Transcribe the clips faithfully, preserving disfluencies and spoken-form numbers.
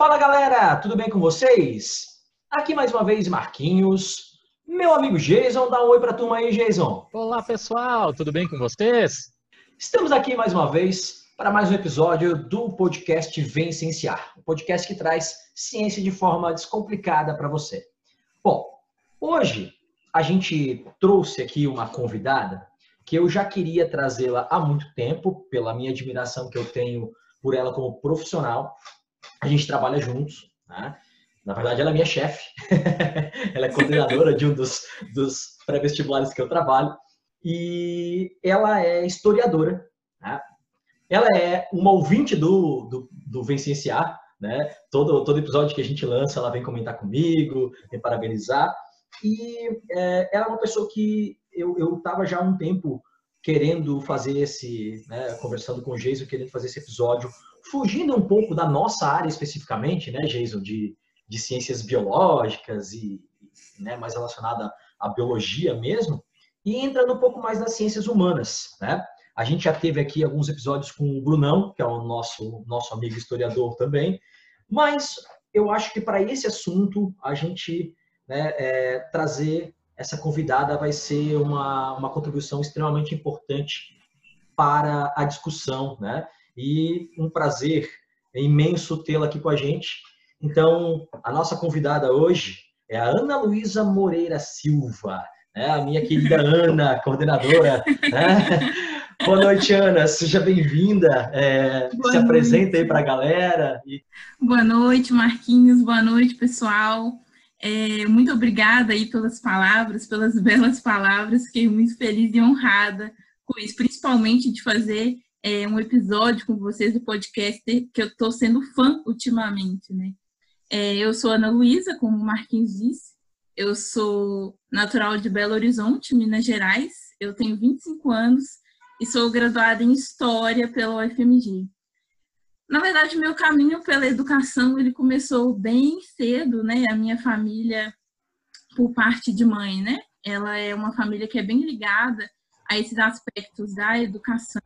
Fala galera, tudo bem com vocês? Aqui mais uma vez Marquinhos, meu amigo Jason, dá um oi pra turma aí, Jason. Olá pessoal, tudo bem com vocês? Estamos aqui mais uma vez para mais um episódio do podcast Vem Cienciar, um podcast que traz ciência de forma descomplicada para você. Bom, hoje a gente trouxe aqui uma convidada que eu já queria trazê-la há muito tempo, pela minha admiração que eu tenho por ela como profissional. A gente trabalha juntos, né? Na verdade, ela é minha chefe. Ela é coordenadora de um dos, dos pré-vestibulares que eu trabalho. E ela é historiadora, né? Ela é uma ouvinte do, do, do Vem Cienciar, né? Todo, todo episódio que a gente lança, ela vem comentar comigo, vem parabenizar. E é, ela é uma pessoa que eu estava já há um tempo querendo fazer esse, né, conversando com o Jason, querendo fazer esse episódio, fugindo um pouco da nossa área especificamente, né, Jason, de, de ciências biológicas e, né, mais relacionada à biologia mesmo, e entrando um pouco mais nas ciências humanas, né? A gente já teve aqui alguns episódios com o Brunão, que é o nosso, nosso amigo historiador também, mas eu acho que para esse assunto, a gente, né, é, trazer essa convidada vai ser uma, uma contribuição extremamente importante para a discussão, né? E um prazer imenso tê-la aqui com a gente. Então, a nossa convidada hoje é a Ana Luísa Moreira Silva, né? A minha querida Ana, coordenadora, né? Boa noite, Ana. Seja bem-vinda. É, se apresenta aí para a galera. E... Boa noite, Marquinhos. Boa noite, pessoal. É, muito obrigada aí pelas palavras, pelas belas palavras. Fiquei muito feliz e honrada com isso, principalmente de fazer é, um episódio com vocês do podcast, que eu estou sendo fã ultimamente, né? É, eu sou Ana Luísa, como o Marquinhos disse. Eu sou natural de Belo Horizonte, Minas Gerais. Eu tenho vinte e cinco anos e sou graduada em História pela U F M G. Na verdade, meu caminho pela educação, ele começou bem cedo, né? A minha família, por parte de mãe, né? Ela é uma família que é bem ligada a esses aspectos da educação.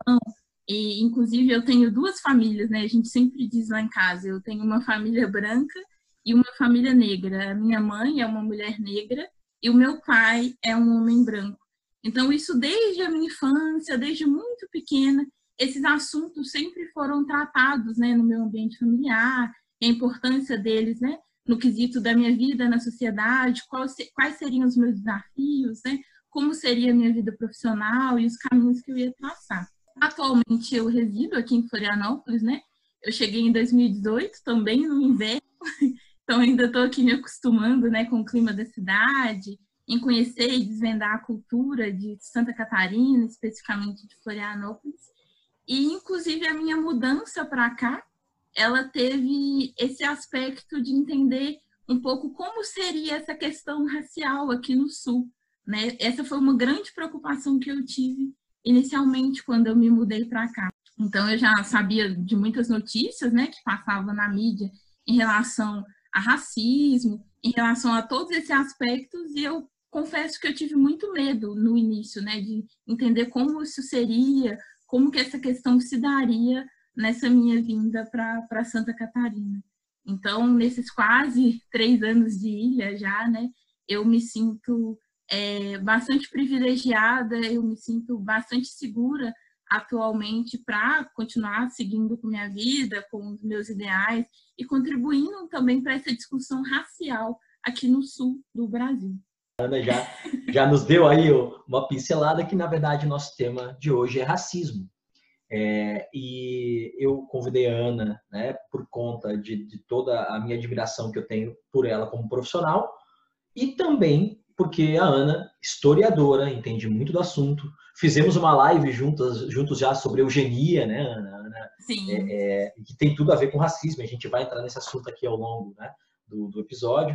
E, inclusive, eu tenho duas famílias, né? A gente sempre diz lá em casa, eu tenho uma família branca e uma família negra. A minha mãe é uma mulher negra e o meu pai é um homem branco. Então, isso desde a minha infância, desde muito pequena, esses assuntos sempre foram tratados, né, no meu ambiente familiar, a importância deles, né, no quesito da minha vida na sociedade, quais, quais seriam os meus desafios, né, como seria a minha vida profissional e os caminhos que eu ia traçar. Atualmente eu resido aqui em Florianópolis, né, eu cheguei em dois mil e dezoito, também no inverno, então ainda estou aqui me acostumando, né, com o clima da cidade, em conhecer e desvendar a cultura de Santa Catarina, especificamente de Florianópolis. E, inclusive, a minha mudança para cá, ela teve esse aspecto de entender um pouco como seria essa questão racial aqui no Sul, né? Essa foi uma grande preocupação que eu tive inicialmente quando eu me mudei para cá. Então, eu já sabia de muitas notícias, né, que passavam na mídia em relação a racismo, em relação a todos esses aspectos, e eu confesso que eu tive muito medo no início, né, de entender como isso seria, como que essa questão se daria nessa minha vinda para Santa Catarina. Então, nesses quase três anos de ilha já, né, eu me sinto é, bastante privilegiada, eu me sinto bastante segura atualmente para continuar seguindo com minha vida, com os meus ideais e contribuindo também para essa discussão racial aqui no sul do Brasil. Ana já, já nos deu aí uma pincelada que, na verdade, o nosso tema de hoje é racismo. É, e eu convidei a Ana, né, por conta de, de toda a minha admiração que eu tenho por ela como profissional e também porque a Ana, historiadora, entende muito do assunto. Fizemos uma live juntas, juntos já sobre eugenia, né, Ana? Ana Sim. É, é, que tem tudo a ver com racismo. A gente vai entrar nesse assunto aqui ao longo, né, do, do episódio.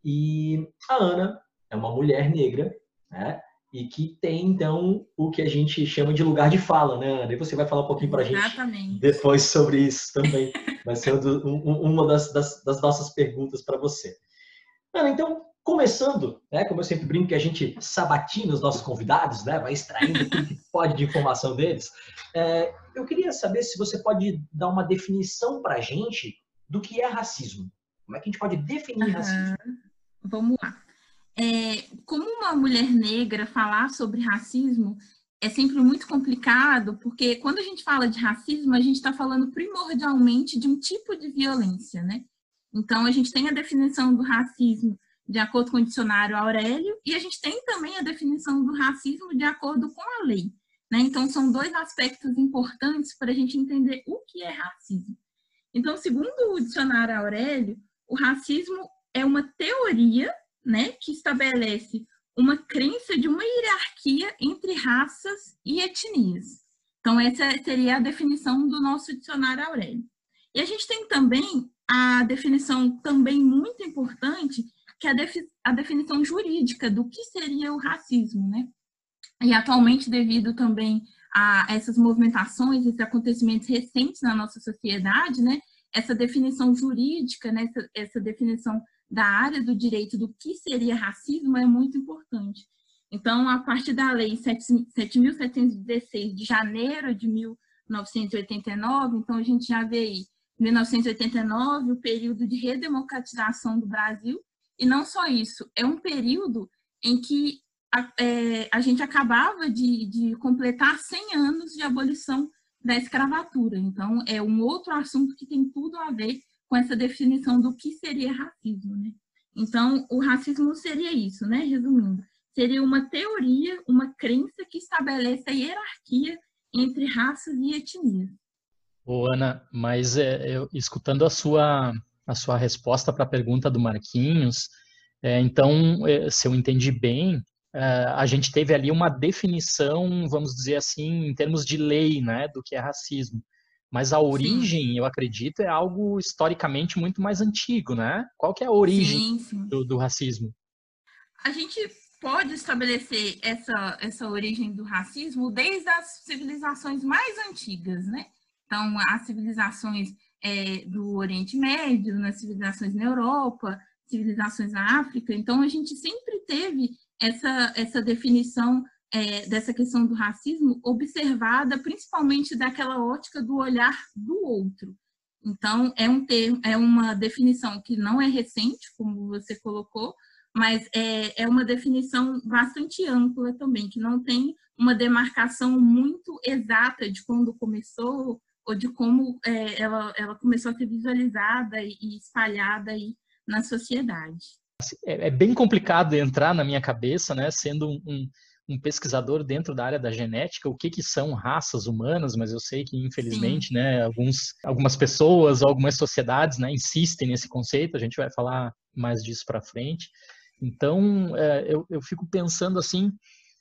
E a Ana é uma mulher negra, né? E que tem, então, o que a gente chama de lugar de fala, né, Ana? E você vai falar um pouquinho para a gente Exatamente. depois sobre isso também. Vai ser um, uma das, das, das nossas perguntas para você. Ana, então, começando, né, como eu sempre brinco que a gente sabatina os nossos convidados, né, vai extraindo tudo que pode de informação deles, é, eu queria saber se você pode dar uma definição para a gente do que é racismo. Como é que a gente pode definir Uhum. racismo? Vamos lá. É, como uma mulher negra falar sobre racismo é sempre muito complicado, porque quando a gente fala de racismo, a gente está falando primordialmente de um tipo de violência, né? Então, a gente tem a definição do racismo de acordo com o dicionário Aurélio, e a gente tem também a definição do racismo de acordo com a lei, né? Então, são dois aspectos importantes para a gente entender o que é racismo. Então, segundo o dicionário Aurélio, o racismo é uma teoria, né, que estabelece uma crença de uma hierarquia entre raças e etnias. Então, essa seria a definição do nosso dicionário Aurélio. E a gente tem também a definição também muito importante, que é a, defi a definição jurídica do que seria o racismo, né? E atualmente, devido também a essas movimentações, esses acontecimentos recentes na nossa sociedade, né, essa definição jurídica, né, essa, essa definição da área do direito do que seria racismo é muito importante. Então, a partir da Lei sete mil setecentos e dezesseis de janeiro de mil novecentos e oitenta e nove, então a gente já vê aí, mil novecentos e oitenta e nove, o período de redemocratização do Brasil, e não só isso, é um período em que a, é, a gente acabava de, de completar cem anos de abolição da escravatura. Então, é um outro assunto que tem tudo a ver com essa definição do que seria racismo, né? Então, o racismo seria isso, né? Resumindo, seria uma teoria, uma crença que estabelece a hierarquia entre raças e etnias. Ô, Ana, mas é, eu, escutando a sua, a sua resposta para a pergunta do Marquinhos, é, então, é, se eu entendi bem, é, a gente teve ali uma definição, vamos dizer assim, em termos de lei, né, do que é racismo. Mas a origem, sim, eu acredito, é algo historicamente muito mais antigo, né? Qual que é a origem sim, sim. Do, do racismo? A gente pode estabelecer essa, essa origem do racismo desde as civilizações mais antigas, né? Então, as civilizações é, do Oriente Médio, nas civilizações na Europa, civilizações na África. Então, a gente sempre teve essa, essa definição É, dessa questão do racismo observada principalmente daquela ótica do olhar do outro. Então, é, um termo, é uma definição que não é recente, como você colocou, mas é, é uma definição bastante ampla também, que não tem uma demarcação muito exata de quando começou ou de como é, ela, ela começou a ser visualizada e espalhada aí na sociedade. É, é bem complicado entrar na minha cabeça, né, sendo um, um um pesquisador dentro da área da genética, o que, que são raças humanas, mas eu sei que, infelizmente, né, alguns, algumas pessoas, algumas sociedades, né, insistem nesse conceito, a gente vai falar mais disso para frente. Então, é, eu, eu fico pensando assim,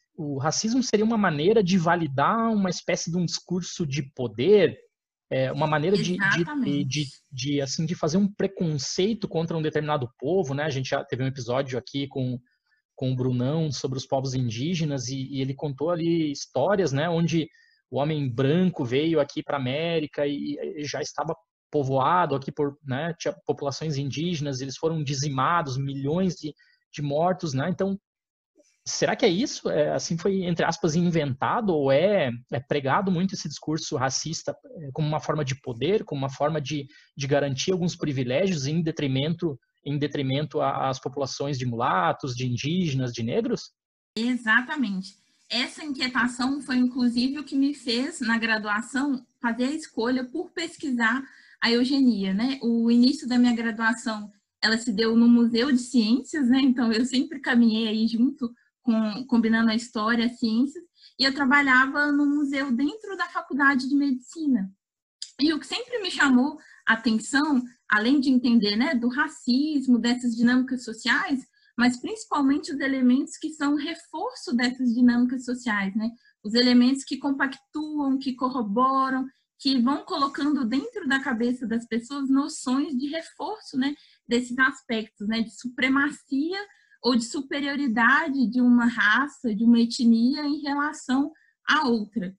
o racismo seria uma maneira de validar uma espécie de um discurso de poder, é, uma maneira de, de, de, de, assim, de fazer um preconceito contra um determinado povo, né? A gente já teve um episódio aqui com com o Brunão sobre os povos indígenas e, e ele contou ali histórias, né, onde o homem branco veio aqui para a América e, e já estava povoado aqui por, né, tinha populações indígenas, eles foram dizimados, milhões de, de mortos, né? Então, será que é isso? É, assim foi, entre aspas, inventado ou é, é pregado muito esse discurso racista como uma forma de poder, como uma forma de, de garantir alguns privilégios em detrimento em detrimento às populações de mulatos, de indígenas, de negros? Exatamente. Essa inquietação foi, inclusive, o que me fez, na graduação, fazer a escolha por pesquisar a eugenia, né? O início da minha graduação, ela se deu no Museu de Ciências, né? Então, eu sempre caminhei aí junto, com, combinando a história, as ciências, e eu trabalhava no museu dentro da Faculdade de Medicina. E o que sempre me chamou a atenção, além de entender, né, do racismo, dessas dinâmicas sociais, mas principalmente os elementos que são reforço dessas dinâmicas sociais, né? Os elementos que compactuam, que corroboram, que vão colocando dentro da cabeça das pessoas noções de reforço, né, desses aspectos, né, de supremacia ou de superioridade de uma raça, de uma etnia em relação à outra.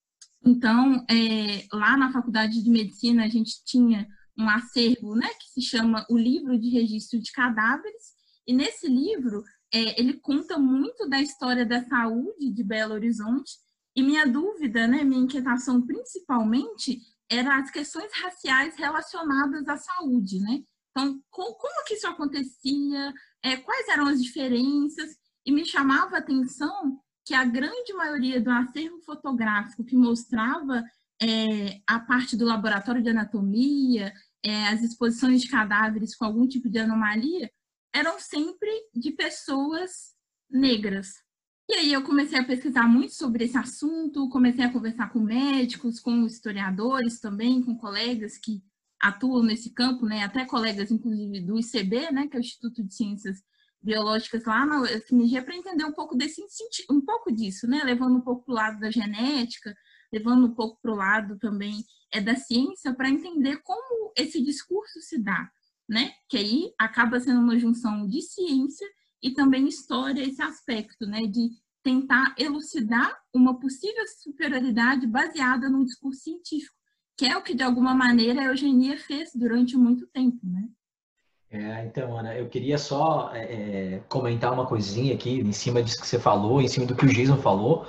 Então, é, lá na Faculdade de Medicina, a gente tinha um acervo, né, que se chama o Livro de Registro de Cadáveres, e nesse livro é, ele conta muito da história da saúde de Belo Horizonte, e minha dúvida, né, minha inquietação principalmente eram as questões raciais relacionadas à saúde, né? Então, como, como que isso acontecia? É, quais eram as diferenças? E me chamava a atenção que a grande maioria do acervo fotográfico que mostrava é, a parte do laboratório de anatomia, é, as exposições de cadáveres com algum tipo de anomalia, eram sempre de pessoas negras. E aí eu comecei a pesquisar muito sobre esse assunto, comecei a conversar com médicos, com historiadores também, com colegas que atuam nesse campo, né? Até colegas, inclusive, do I C B, né? Que é o Instituto de Ciências Biológicas lá na U F M G, para entender um pouco desse um pouco disso, né? Levando um pouco para o lado da genética, levando um pouco para o lado também é da ciência, para entender como esse discurso se dá, né? Que aí acaba sendo uma junção de ciência e também história, esse aspecto, né, de tentar elucidar uma possível superioridade baseada num discurso científico, que é o que, de alguma maneira, a eugenia fez durante muito tempo, né? É, então, Ana, eu queria só é, comentar uma coisinha aqui em cima disso que você falou, em cima do que o Jason falou,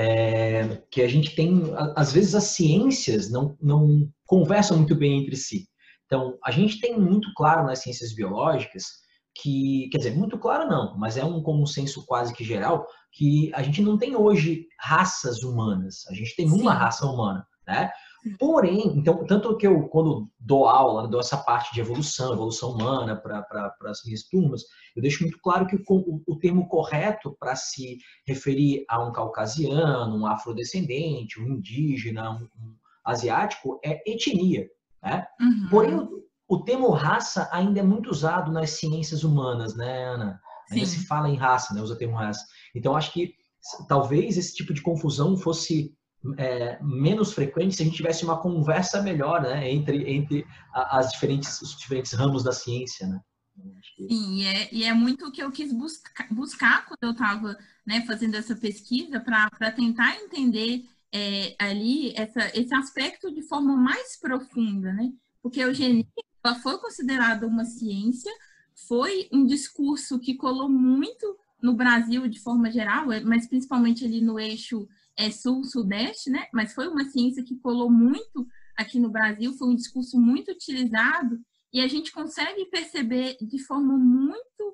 é, que a gente tem, às vezes as ciências não, não conversam muito bem entre si. Então, a gente tem muito claro nas ciências biológicas que, quer dizer, muito claro não, mas é um consenso quase que geral, que a gente não tem hoje raças humanas, a gente tem uma Sim. raça humana, né? Porém, então, tanto que eu, quando dou aula, dou essa parte de evolução, evolução humana para as minhas turmas, eu deixo muito claro que o, o termo correto para se referir a um caucasiano, um afrodescendente, um indígena, um, um asiático, é etnia, né? Uhum. Porém, o, o termo raça ainda é muito usado nas ciências humanas, né, Ana? Ainda Sim. se fala em raça, né? Usa o termo raça. Então, acho que talvez esse tipo de confusão fosse é, menos frequente se a gente tivesse uma conversa melhor, né? Entre, entre as diferentes, os diferentes ramos da ciência, né? Sim, e é, e é muito o que eu quis buscar, buscar quando eu estava, né, fazendo essa pesquisa para tentar entender é, ali essa, esse aspecto de forma mais profunda, né? Porque a eugenia ela foi considerada uma ciência, foi um discurso que colou muito no Brasil de forma geral, mas principalmente ali no eixo é, sul-sudeste, né? Mas foi uma ciência que colou muito aqui no Brasil, foi um discurso muito utilizado. E a gente consegue perceber de forma muito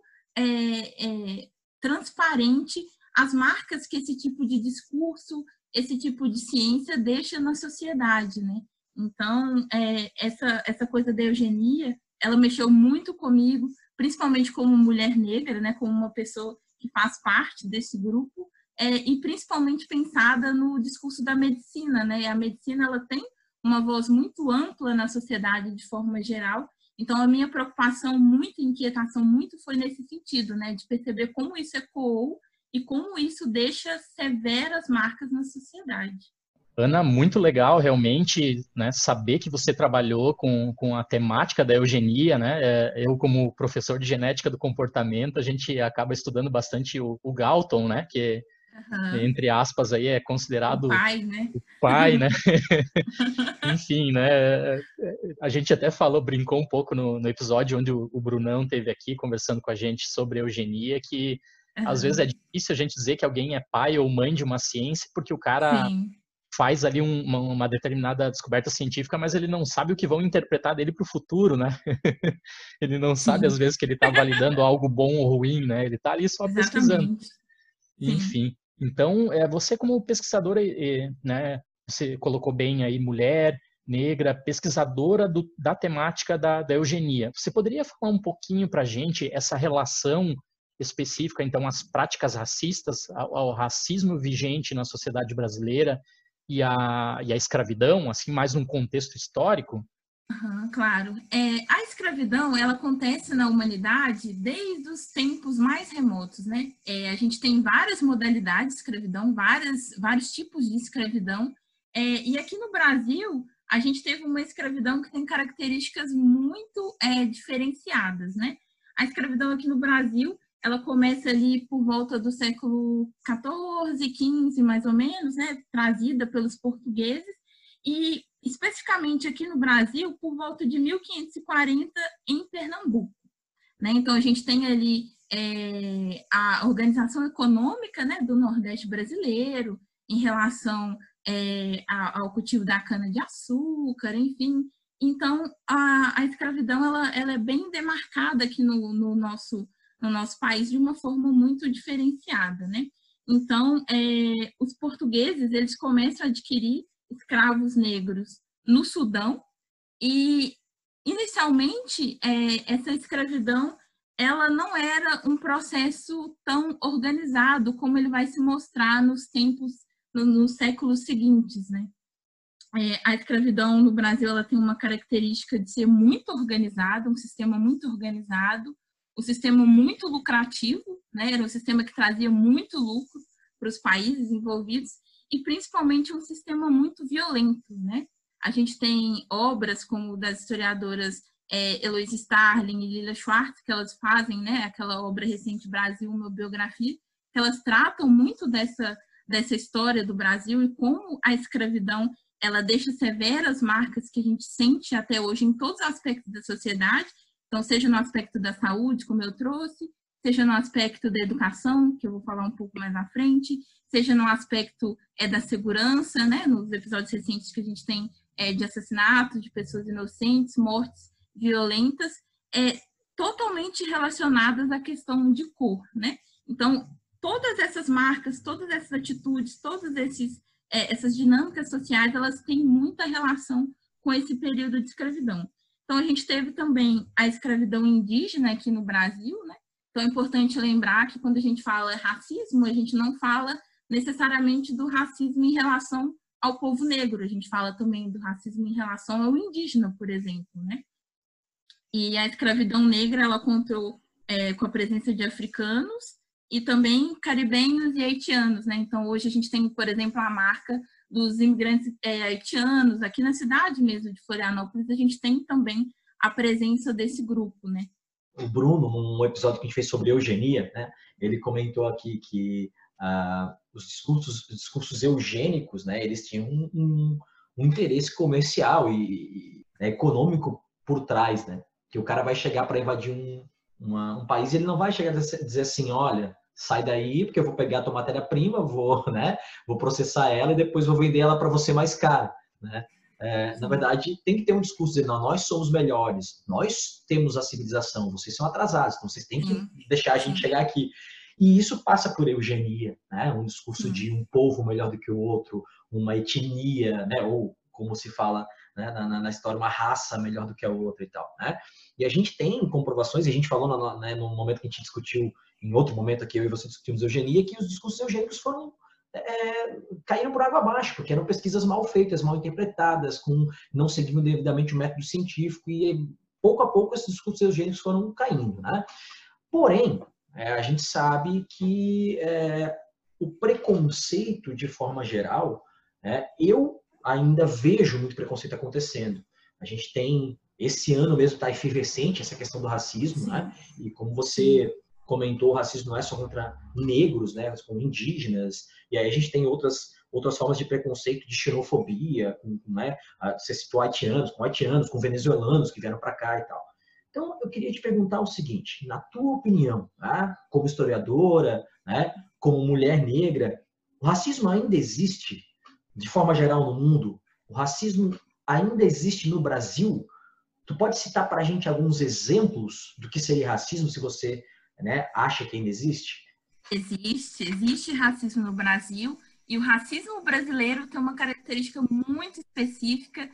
é, é, transparente as marcas que esse tipo de discurso, esse tipo de ciência deixa na sociedade, né? Então, é, essa, essa coisa da eugenia, ela mexeu muito comigo, principalmente como mulher negra, né? Como uma pessoa que faz parte desse grupo, é, e principalmente pensada no discurso da medicina, né? E a medicina, ela tem uma voz muito ampla na sociedade de forma geral. Então, a minha preocupação, muita inquietação, muito foi nesse sentido, né? De perceber como isso ecoou e como isso deixa severas marcas na sociedade. Ana, muito legal realmente, né, saber que você trabalhou com, com a temática da eugenia, né? Eu, como professor de genética do comportamento, a gente acaba estudando bastante o, o Galton, né? Que, Uhum. entre aspas, aí é considerado o pai, né? o pai, né? Enfim, né? A gente até falou, brincou um pouco no, no episódio onde o, o Brunão esteve aqui conversando com a gente sobre eugenia, que uhum. às vezes é difícil a gente dizer que alguém é pai ou mãe de uma ciência, porque o cara Sim. faz ali um, uma, uma determinada descoberta científica, mas ele não sabe o que vão interpretar dele para o futuro, né? Ele não Sim. sabe, às vezes, que ele está validando algo bom ou ruim, né? Ele está ali só pesquisando. Exatamente. Enfim. Sim. Então, é, você como pesquisadora, né? Você colocou bem aí mulher, negra, pesquisadora do, da temática da, da eugenia. Você poderia falar um pouquinho para a gente essa relação específica, então, às práticas racistas, ao, ao racismo vigente na sociedade brasileira e a, e a escravidão, assim, mais num contexto histórico? Uhum, claro. É, a escravidão, ela acontece na humanidade desde os tempos mais remotos, né? É, a gente tem várias modalidades de escravidão, várias, vários tipos de escravidão. É, e aqui no Brasil, a gente teve uma escravidão que tem características muito é, diferenciadas, né? A escravidão aqui no Brasil, ela começa ali por volta do século quatorze, quinze, mais ou menos, né? Trazida pelos portugueses. E, especificamente aqui no Brasil, por volta de mil quinhentos e quarenta, em Pernambuco. Né? Então, a gente tem ali é, a organização econômica, né, do Nordeste brasileiro, em relação é, ao cultivo da cana-de-açúcar, enfim. Então, a, a escravidão ela, ela é bem demarcada aqui no, no, nosso, no nosso país de uma forma muito diferenciada, né? Então, é, os portugueses eles começam a adquirir escravos negros no Sudão e, inicialmente, é, essa escravidão ela não era um processo tão organizado como ele vai se mostrar nos tempos, no, nos séculos seguintes, né? É, a escravidão no Brasil ela tem uma característica de ser muito organizada, um sistema muito organizado, um sistema muito lucrativo, né? Era um sistema que trazia muito lucro para os países envolvidos e principalmente um sistema muito violento, né? A gente tem obras como das historiadoras é, Eloise Starling e Lilia Schwartz, que elas fazem, né? Aquela obra recente Brasil, uma biografia, que elas tratam muito dessa, dessa história do Brasil e como a escravidão ela deixa severas marcas que a gente sente até hoje em todos os aspectos da sociedade, então seja no aspecto da saúde, como eu trouxe, seja no aspecto da educação, que eu vou falar um pouco mais à frente, seja no aspecto é, da segurança, né, nos episódios recentes que a gente tem é, de assassinatos de pessoas inocentes, mortes violentas, é, totalmente relacionadas à questão de cor, né? Então, todas essas marcas, todas essas atitudes, todos esses essas dinâmicas sociais, elas têm muita relação com esse período de escravidão. Então, a gente teve também a escravidão indígena aqui no Brasil, né? Então, é importante lembrar que quando a gente fala racismo, a gente não fala necessariamente do racismo em relação ao povo negro, a gente fala também do racismo em relação ao indígena, por exemplo, né? E a escravidão negra, ela contou é, com a presença de africanos, e também caribenhos e haitianos, né? Então, hoje a gente tem, por exemplo, a marca dos imigrantes é, haitianos. Aqui na cidade mesmo de Florianópolis, a gente tem também a presença desse grupo, né? O Bruno, num episódio que a gente fez sobre eugenia, né? Ele comentou aqui que ah, os discursos, os discursos eugênicos, né? Eles tinham um, um, um interesse comercial e, e né, econômico por trás, né? Que o cara vai chegar para invadir um, uma, um país e ele não vai chegar a dizer assim, olha, sai daí, porque eu vou pegar a tua matéria-prima, vou, né, vou processar ela e depois vou vender ela para você mais caro, né? É, na verdade, tem que ter um discurso dizendo, não, nós somos melhores, nós temos a civilização, vocês são atrasados, então vocês têm que Sim. deixar a gente Sim. chegar aqui. E isso passa por eugenia, né? Um discurso Sim. de um povo melhor do que o outro, uma etnia, né? Ou, como se fala né, na, na história, uma raça melhor do que a outra e tal, né? E a gente tem comprovações, e a gente falou no, né, no momento que a gente discutiu, em outro momento aqui eu e você discutimos eugenia, que os discursos eugênicos foram é, caíram por água abaixo, porque eram pesquisas mal feitas, mal interpretadas, com, não seguindo devidamente o método científico, e pouco a pouco esses discursos eugênicos foram caindo, né? Porém, é, a gente sabe que é, o preconceito, de forma geral, é, eu ainda vejo muito preconceito acontecendo. A gente tem, esse ano mesmo está efervescente essa questão do racismo, né? E como você comentou, o racismo não é só contra negros, né? Como indígenas, e aí a gente tem outras, outras formas de preconceito, de xenofobia, com, né? Você citou haitianos, com haitianos, com venezuelanos que vieram para cá e tal. Então, eu queria te perguntar o seguinte, na tua opinião, tá? Como historiadora, né? Como mulher negra, o racismo ainda existe? De forma geral no mundo, o racismo ainda existe no Brasil? Tu pode citar para a gente alguns exemplos do que seria racismo, se você né, acha que ainda existe? Existe, existe racismo no Brasil, e o racismo brasileiro tem uma característica muito específica,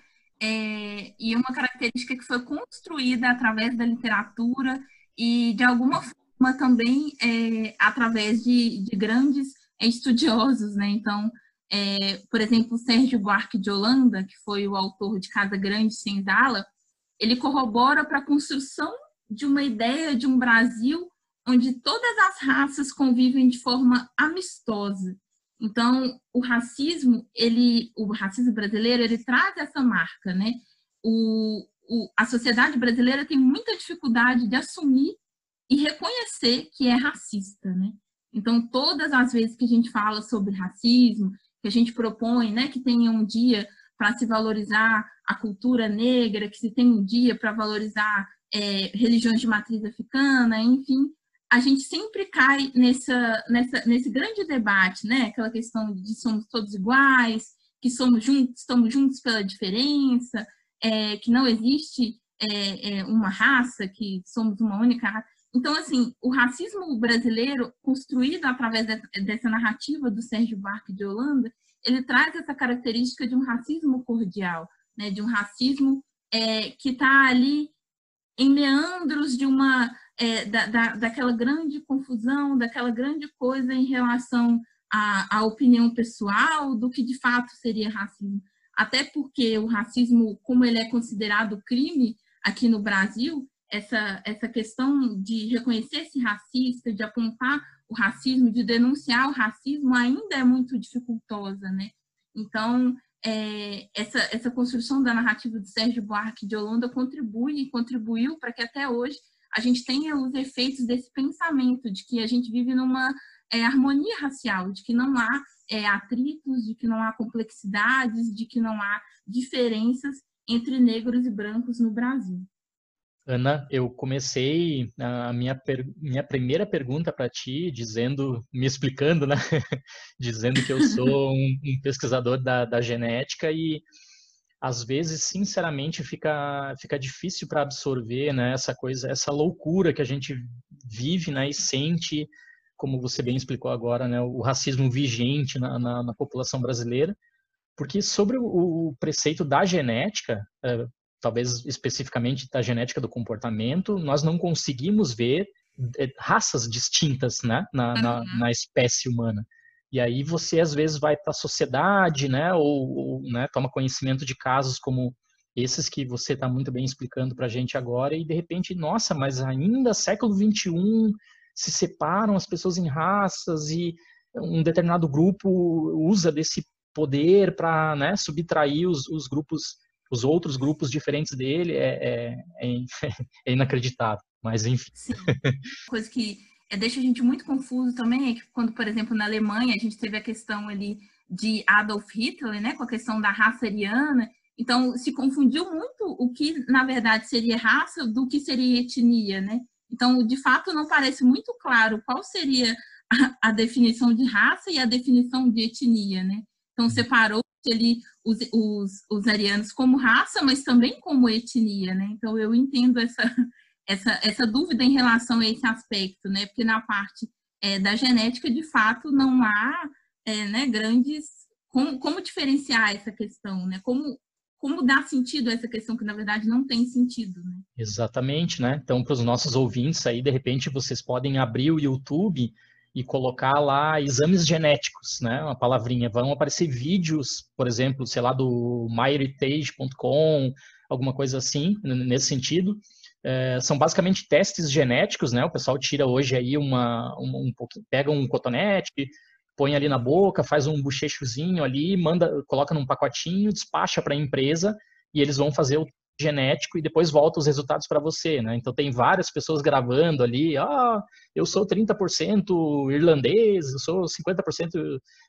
é, e uma característica que foi construída através da literatura e, de alguma forma, também é, através de, de grandes estudiosos, né? Então, É, por exemplo, Sérgio Buarque de Holanda, que foi o autor de Casa Grande Senzala, ele corrobora para a construção de uma ideia de um Brasil onde todas as raças convivem de forma amistosa. Então, o racismo, ele, o racismo brasileiro, ele traz essa marca, né? O, o, a sociedade brasileira tem muita dificuldade de assumir e reconhecer que é racista, né? Então, todas as vezes que a gente fala sobre racismo, que a gente propõe, né, que tenha um dia para se valorizar a cultura negra, que se tenha um dia para valorizar é, religiões de matriz africana, enfim, a gente sempre cai nessa, nessa, nesse grande debate, né, aquela questão de somos todos iguais, que somos juntos, estamos juntos pela diferença, é, que não existe é, é, uma raça, que somos uma única raça. Então, assim, o racismo brasileiro, construído através de, dessa narrativa do Sérgio Buarque de Holanda, ele traz essa característica de um racismo cordial, né, de um racismo é, que está ali em meandros de uma, é, da, da, daquela grande confusão, daquela grande coisa em relação à, à opinião pessoal do que de fato seria racismo. Até porque o racismo, como ele é considerado crime aqui no Brasil, essa, essa questão de reconhecer-se racista, de apontar o racismo, de denunciar o racismo, ainda é muito dificultosa, né? Então, é, essa, essa construção da narrativa do Sérgio Buarque de Holanda contribui e contribuiu para que até hoje a gente tenha os efeitos desse pensamento de que a gente vive numa é, harmonia racial, de que não há é, atritos, de que não há complexidades, de que não há diferenças entre negros e brancos no Brasil. Ana, eu comecei a minha, per... minha primeira pergunta para ti, dizendo, me explicando, né? Dizendo que eu sou um, um pesquisador da, da genética e, às vezes, sinceramente, fica, fica difícil para absorver, né? Essa coisa, essa loucura que a gente vive, né? E sente, como você bem explicou agora, né? O racismo vigente na, na, na população brasileira. Porque sobre o, o preceito da genética, é, talvez especificamente da genética do comportamento, nós não conseguimos ver raças distintas, né, na, uhum. na, na espécie humana. E aí você, às vezes, vai para a sociedade, né, ou, ou né, toma conhecimento de casos como esses que você está muito bem explicando para a gente agora, e de repente, nossa, mas ainda século vinte e um se separam as pessoas em raças e um determinado grupo usa desse poder para, né, subtrair os, os grupos os outros grupos diferentes dele, é, é, é inacreditável, mas enfim. Sim. Coisa que deixa a gente muito confuso também é que quando, por exemplo, na Alemanha, a gente teve a questão ali de Adolf Hitler, né, com a questão da raça ariana, então se confundiu muito o que, na verdade, seria raça do que seria etnia, né? Então, de fato, não parece muito claro qual seria a, a definição de raça e a definição de etnia, né? Então, separou ali os, os, os arianos como raça, mas também como etnia, né? Então, eu entendo essa, essa, essa dúvida em relação a esse aspecto, né? Porque na parte é, da genética, de fato, não há é, né, grandes... Como, como diferenciar essa questão, né? Como, como dar sentido a essa questão que, na verdade, não tem sentido, né? Exatamente, né? Então, para os nossos ouvintes aí, de repente, vocês podem abrir o YouTube e colocar lá exames genéticos, né? Uma palavrinha. Vão aparecer vídeos, por exemplo, sei lá, do my heritage ponto com, alguma coisa assim, nesse sentido. É, são basicamente testes genéticos, né? O pessoal tira hoje aí uma, um, um pouquinho, pega um cotonete, põe ali na boca, faz um bochechozinho ali, manda, coloca num pacotinho, despacha para a empresa e eles vão fazer o genético e depois volta os resultados para você, né? Então tem várias pessoas gravando ali, ah, eu sou trinta por cento irlandês, eu sou cinquenta por cento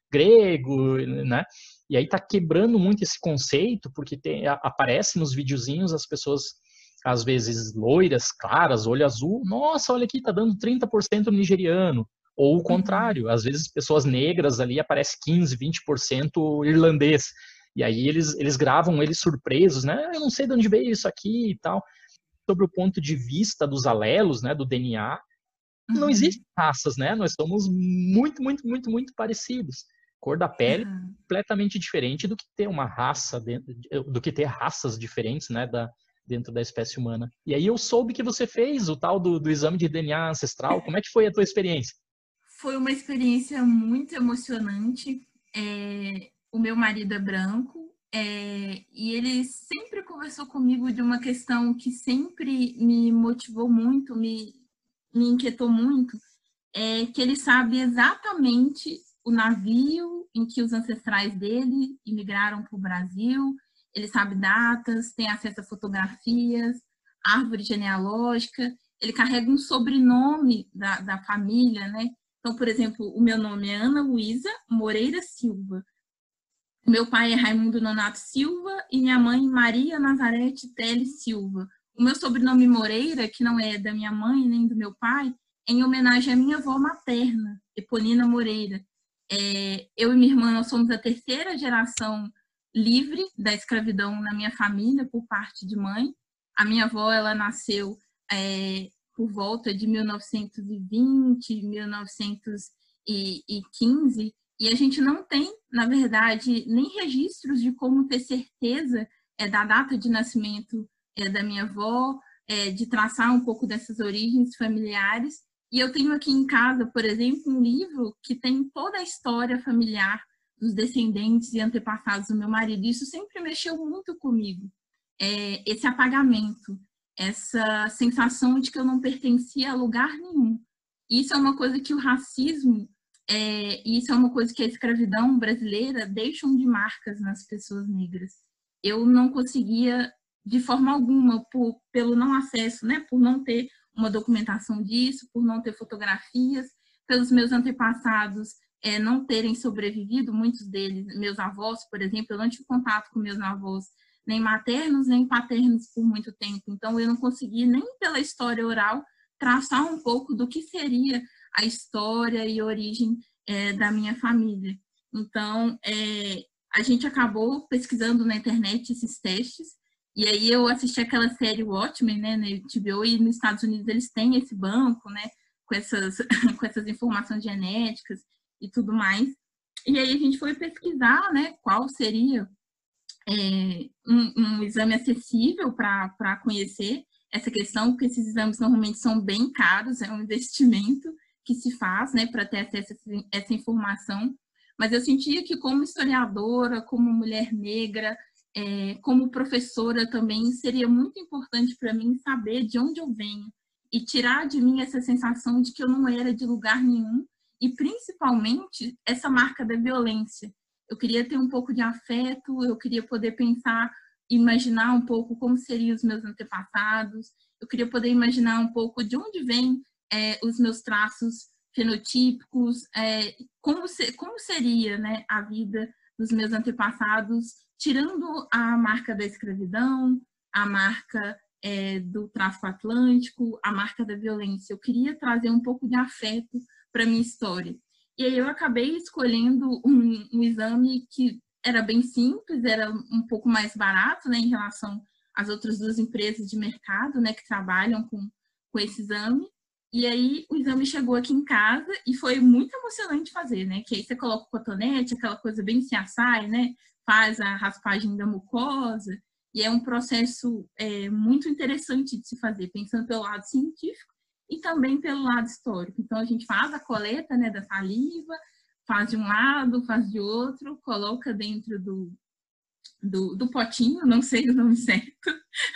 grego, né? E aí tá quebrando muito esse conceito, porque tem, aparece nos videozinhos as pessoas, às vezes loiras, claras, olho azul, nossa, olha aqui, tá dando trinta por cento nigeriano. Ou o contrário, uhum. Às vezes pessoas negras ali aparece quinze, vinte por cento irlandês. E aí eles, eles gravam eles surpresos, né? Eu não sei de onde veio isso aqui e tal. Sobre o ponto de vista dos alelos, né? Do D N A, uhum. Não existem raças, né? Nós somos muito, muito, muito, muito parecidos. Cor da pele uhum. completamente diferente do que ter uma raça, dentro, do que ter raças diferentes, né? Da, dentro da espécie humana. E aí eu soube que você fez o tal do, do exame de D N A ancestral. Como é que foi a tua experiência? Foi uma experiência muito emocionante. É... O meu marido é branco é, e ele sempre conversou comigo de uma questão que sempre me motivou muito, me, me inquietou muito, é que ele sabe exatamente o navio em que os ancestrais dele imigraram para o Brasil, ele sabe datas, tem acesso a fotografias, árvore genealógica, ele carrega um sobrenome da, da família, né? Então, por exemplo, o meu nome é Ana Luísa Moreira Silva. Meu pai é Raimundo Nonato Silva e minha mãe Maria Nazarete Teles Silva. O meu sobrenome Moreira, que não é da minha mãe nem do meu pai, é em homenagem à minha avó materna, Eponina Moreira. É, eu e minha irmã, nós somos a terceira geração livre da escravidão na minha família por parte de mãe. A minha avó, ela nasceu é, por volta de mil novecentos e vinte, mil novecentos e quinze, e a gente não tem, na verdade, nem registros de como ter certeza é, da data de nascimento é, da minha avó, é, de traçar um pouco dessas origens familiares. E eu tenho aqui em casa, por exemplo, um livro que tem toda a história familiar dos descendentes e antepassados do meu marido. Isso sempre mexeu muito comigo. É, esse apagamento, essa sensação de que eu não pertencia a lugar nenhum. Isso é uma coisa que o racismo, é, isso é uma coisa que a escravidão brasileira deixam de marcas nas pessoas negras. Eu não conseguia, de forma alguma, por, pelo não acesso, né, por não ter uma documentação disso, por não ter fotografias, pelos meus antepassados é, não terem sobrevivido, muitos deles, meus avós, por exemplo, eu não tive contato com meus avós, nem maternos, nem paternos por muito tempo. Então, eu não consegui, nem pela história oral, traçar um pouco do que seria a história e a origem é, da minha família. Então, é, a gente acabou pesquisando na internet esses testes, e aí eu assisti aquela série Watchmen, né, na H B O, e nos Estados Unidos eles têm esse banco, né, com essas, com essas informações genéticas e tudo mais. E aí a gente foi pesquisar, né, qual seria é, um, um exame acessível para conhecer essa questão, porque esses exames normalmente são bem caros, é um investimento que se faz, né, para ter acesso a essa informação. Mas eu sentia que como historiadora, como mulher negra, é, como professora também, seria muito importante para mim saber de onde eu venho e tirar de mim essa sensação de que eu não era de lugar nenhum e, principalmente, essa marca da violência. Eu queria ter um pouco de afeto, eu queria poder pensar, imaginar um pouco como seriam os meus antepassados, eu queria poder imaginar um pouco de onde vêm é, os meus traços fenotípicos, é, como, se, como seria, né, a vida dos meus antepassados, tirando a marca da escravidão, a marca é, do tráfico atlântico, a marca da violência. Eu queria trazer um pouco de afeto para a minha história. E aí eu acabei escolhendo um, um exame que era bem simples, era um pouco mais barato, né, em relação às outras duas empresas de mercado, né, que trabalham com, com esse exame. E aí o exame chegou aqui em casa e foi muito emocionante fazer, né? Que aí você coloca o cotonete, aquela coisa bem se assai, né? Faz a raspagem da mucosa. E é um processo é, muito interessante de se fazer, pensando pelo lado científico e também pelo lado histórico. Então a gente faz a coleta, né, da saliva, faz de um lado, faz de outro, coloca dentro do, do, do potinho, não sei o nome certo,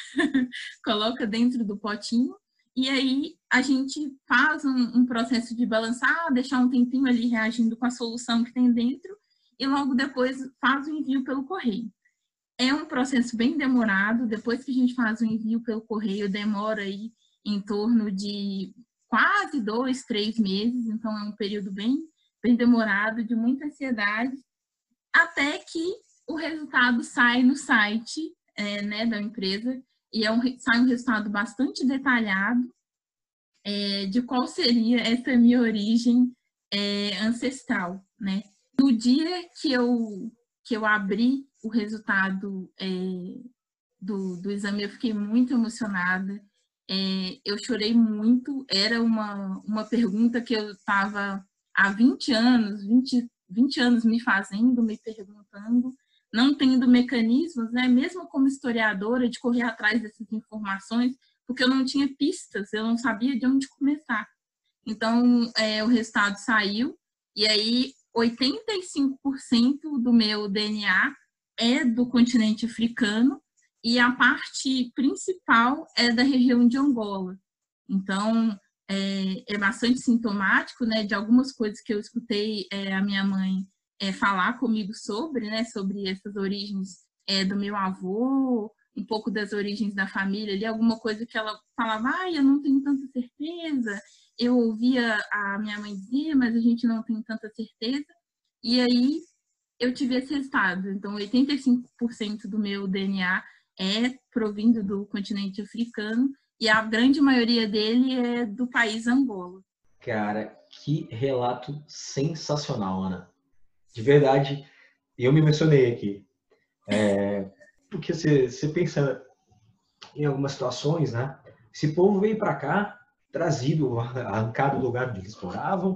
coloca dentro do potinho. E aí a gente faz um, um processo de balançar, deixar um tempinho ali reagindo com a solução que tem dentro e logo depois faz o envio pelo correio. É um processo bem demorado, depois que a gente faz o envio pelo correio, demora aí em torno de quase dois, três meses, então é um período bem, bem demorado, de muita ansiedade, até que o resultado sai no site é, né, da empresa. E é um, sai um resultado bastante detalhado é, de qual seria essa minha origem é, ancestral, né? No dia que eu, que eu abri o resultado é, do, do exame, eu fiquei muito emocionada. É, eu chorei muito. Era uma, uma pergunta que eu estava há vinte anos, vinte, vinte anos me fazendo, me perguntando, não tendo mecanismos, né, mesmo como historiadora, de correr atrás dessas informações, porque eu não tinha pistas, eu não sabia de onde começar. Então, é, o resultado saiu, e aí oitenta e cinco por cento do meu D N A é do continente africano, e a parte principal é da região de Angola. Então, é, é bastante sintomático, né, de algumas coisas que eu escutei é, a minha mãe É, falar comigo sobre, né, sobre essas origens é, do meu avô, um pouco das origens da família ali, alguma coisa que ela falava, ah, eu não tenho tanta certeza, eu ouvia a minha mãe dizer, mas a gente não tem tanta certeza, e aí eu tive esse resultado. Então, oitenta e cinco por cento do meu D N A é provindo do continente africano, e a grande maioria dele é do país Angola. Cara, que relato sensacional, Ana. De verdade, eu me emocionei aqui. É, porque você, você pensa em algumas situações, né? Esse povo veio para cá, trazido, arrancado do lugar onde eles moravam,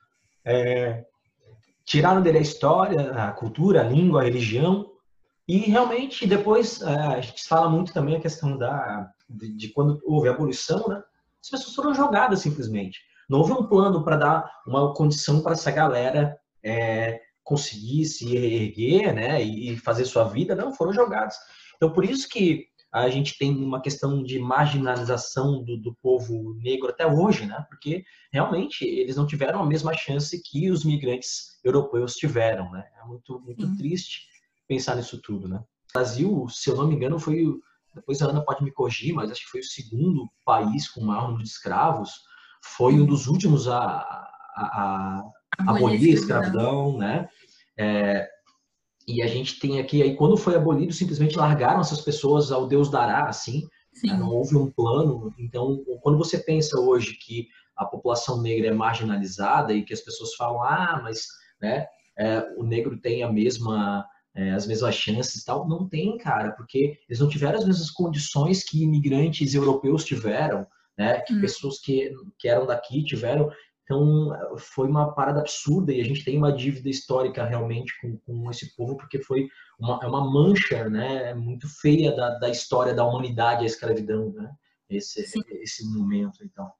é, tiraram dele a história, a cultura, a língua, a religião, e realmente depois é, a gente fala muito também a questão da, de, de quando houve a abolição, né? As pessoas foram jogadas simplesmente. Não houve um plano para dar uma condição para essa galera é, conseguir se erguer, né, e fazer sua vida. Não, foram jogados. Então, por isso que a gente tem uma questão de marginalização do, do povo negro até hoje, né? Porque realmente eles não tiveram a mesma chance que os migrantes europeus tiveram, né? É muito, muito triste pensar nisso tudo, né? O Brasil, se eu não me engano, foi, depois a Ana pode me corrigir, mas acho que foi o segundo país com maior número de escravos, foi um dos últimos a, a, a abolir a escravidão, né? É, e a gente tem aqui, aí quando foi abolido, simplesmente largaram essas pessoas ao Deus dará, assim, né? Não houve um plano. Então, quando você pensa hoje que a população negra é marginalizada e que as pessoas falam, ah, mas né, é, o negro tem a mesma, é, as mesmas chances e tal, não tem, cara, porque eles não tiveram as mesmas condições que imigrantes europeus tiveram, né, que hum. pessoas que, que eram daqui tiveram. Então, foi uma parada absurda e a gente tem uma dívida histórica realmente com, com esse povo, porque foi uma, é uma mancha, né, muito feia da, da história da humanidade, a escravidão, né, esse, esse momento. Então,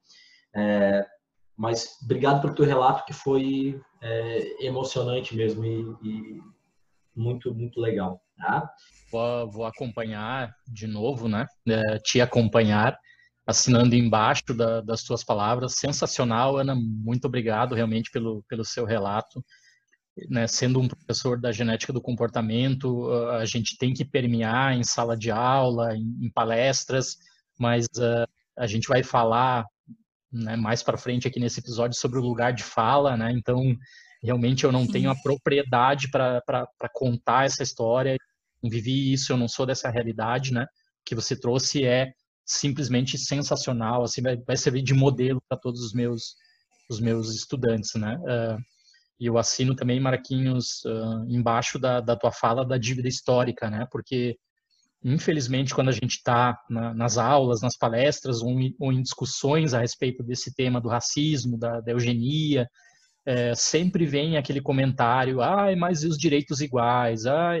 é, mas obrigado pelo teu relato, que foi é, emocionante mesmo e, e muito, muito legal. Tá? Vou, vou acompanhar de novo, né, é, te acompanhar, assinando embaixo da, das tuas palavras. Sensacional, Ana, muito obrigado realmente pelo, pelo seu relato. Né, sendo um professor da genética do comportamento, a gente tem que permear em sala de aula, em, em palestras, mas uh, a gente vai falar, né, mais para frente aqui nesse episódio sobre o lugar de fala, né? Então, realmente eu não Sim. tenho a propriedade para contar essa história, não vivi isso, eu não sou dessa realidade, né? O que você trouxe é simplesmente sensacional, assim, vai, vai servir de modelo para todos os meus, os meus estudantes, né? Uh, e eu assino também, Marquinhos, uh, embaixo da, da tua fala da dívida histórica, né? Porque, infelizmente, quando a gente está na, nas aulas, nas palestras, ou em, ou em discussões a respeito desse tema do racismo, da, da eugenia, é, sempre vem aquele comentário, ah, mas e os direitos iguais? Ah,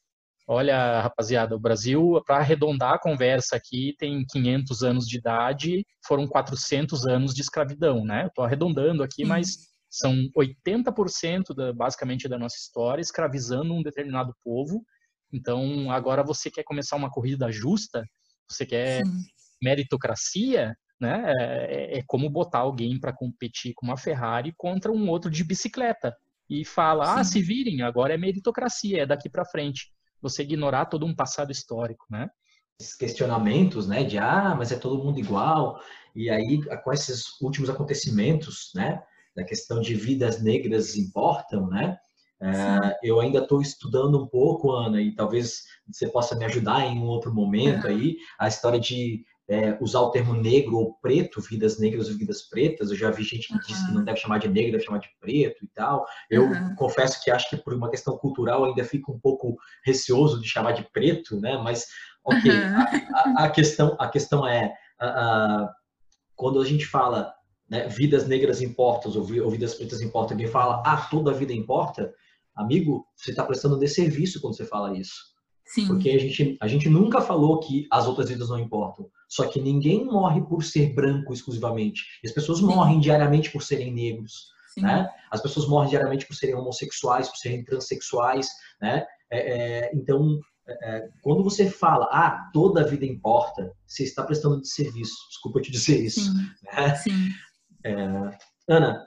olha, rapaziada, o Brasil, para arredondar a conversa aqui, tem quinhentos anos de idade, foram quatrocentos anos de escravidão, né? Estou arredondando aqui, mas são oitenta por cento da, basicamente da nossa história escravizando um determinado povo. Então, agora você quer começar uma corrida justa? Você quer Sim. meritocracia? Né? É, é como botar alguém para competir com uma Ferrari contra um outro de bicicleta e fala, Sim. ah, se virem, agora é meritocracia, é daqui para frente. Você ignorar todo um passado histórico, né? Esses questionamentos, né, de ah, mas é todo mundo igual, e aí com esses últimos acontecimentos, né, da questão de vidas negras importam, né, é, eu ainda estou estudando um pouco, Ana, e talvez você possa me ajudar em um outro momento aí, a história de é, usar o termo negro ou preto, vidas negras ou vidas pretas. Eu já vi gente que uhum. diz que não deve chamar de negro, deve chamar de preto e tal. Eu uhum. confesso que acho que por uma questão cultural ainda fico um pouco receoso de chamar de preto, né? Mas, ok, uhum. a, a, a, questão, a questão é, a, a, quando a gente fala, né, vidas negras importam ou, ou vidas pretas importam, alguém fala, ah, toda vida importa, amigo, você está prestando um desserviço quando você fala isso. Sim. Porque a gente, a gente nunca falou que as outras vidas não importam. Só que ninguém morre por ser branco exclusivamente. E as pessoas Sim. morrem diariamente por serem negros. Né? As pessoas morrem diariamente por serem homossexuais, por serem transexuais. Né? É, é, então, é, quando você fala, ah, toda a vida importa, você está prestando de serviço. Desculpa eu te dizer isso. Sim. Né? Sim. É, Ana,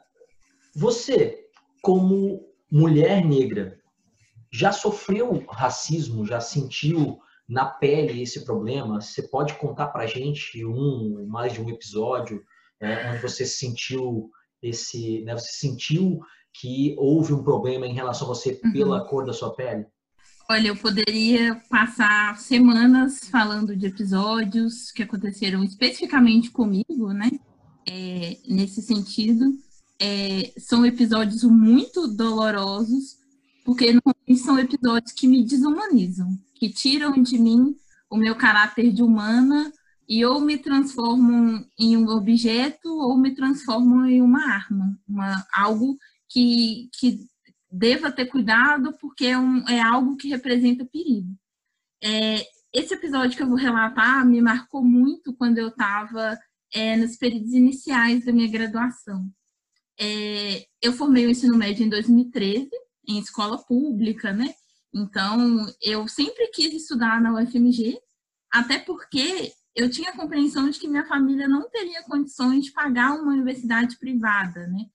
você, como mulher negra, já sofreu racismo, já sentiu na pele esse problema? Você pode contar pra gente um, mais de um episódio é, onde você sentiu esse, né, você sentiu que houve um problema em relação a você pela uhum. cor da sua pele? Olha, eu poderia passar semanas falando de episódios que aconteceram especificamente comigo, né? É, nesse sentido, é, são episódios muito dolorosos, porque normalmente são episódios que me desumanizam, que tiram de mim o meu caráter de humana e ou me transformam em um objeto ou me transformam em uma arma, uma, algo que, que deva ter cuidado porque é, um, é algo que representa perigo. É, esse episódio que eu vou relatar me marcou muito quando eu estava é, nos períodos iniciais da minha graduação. É, eu formei o ensino médio em dois mil e treze, em escola pública, né? Então, eu sempre quis estudar na U F M G, até porque eu tinha a compreensão de que minha família não teria condições de pagar uma universidade privada, né?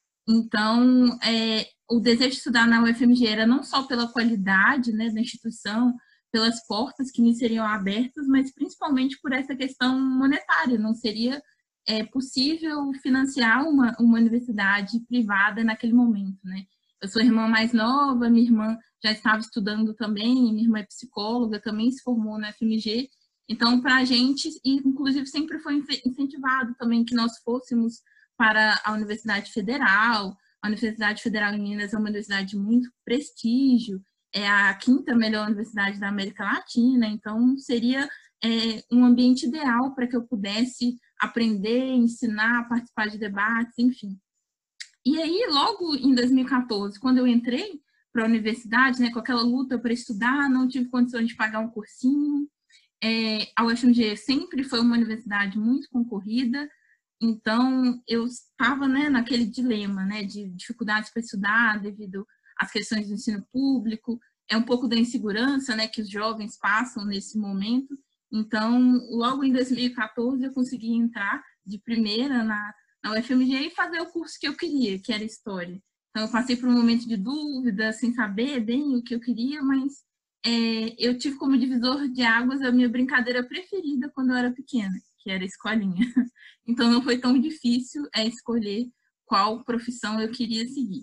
Então, é, o desejo de estudar na U F M G era não só pela qualidade, né, da instituição, pelas portas que me seriam abertas, mas principalmente por essa questão monetária. Não seria é, possível financiar uma, uma universidade privada naquele momento, né? Eu sou a irmã mais nova, minha irmã já estava estudando também, minha irmã é psicóloga, também se formou na U F M G. Então, para a gente, e inclusive sempre foi incentivado também que nós fôssemos para a Universidade Federal. A Universidade Federal em Minas é uma universidade de muito prestígio, é a quinta melhor universidade da América Latina, então seria é, um ambiente ideal para que eu pudesse aprender, ensinar, participar de debates, enfim. E aí, logo em dois mil e quatorze, quando eu entrei para a universidade, né, com aquela luta para estudar, não tive condições de pagar um cursinho. É, a U F M G sempre foi uma universidade muito concorrida, então eu estava, né, naquele dilema, né, de dificuldades para estudar devido às questões do ensino público, é um pouco da insegurança, né, que os jovens passam nesse momento. Então, logo em dois mil e quatorze, eu consegui entrar de primeira na, na U F M G e fazer o curso que eu queria, que era História. Então, eu passei por um momento de dúvida, sem saber bem o que eu queria, mas é, eu tive como divisor de águas a minha brincadeira preferida quando eu era pequena, que era escolinha. Então, não foi tão difícil é, escolher qual profissão eu queria seguir.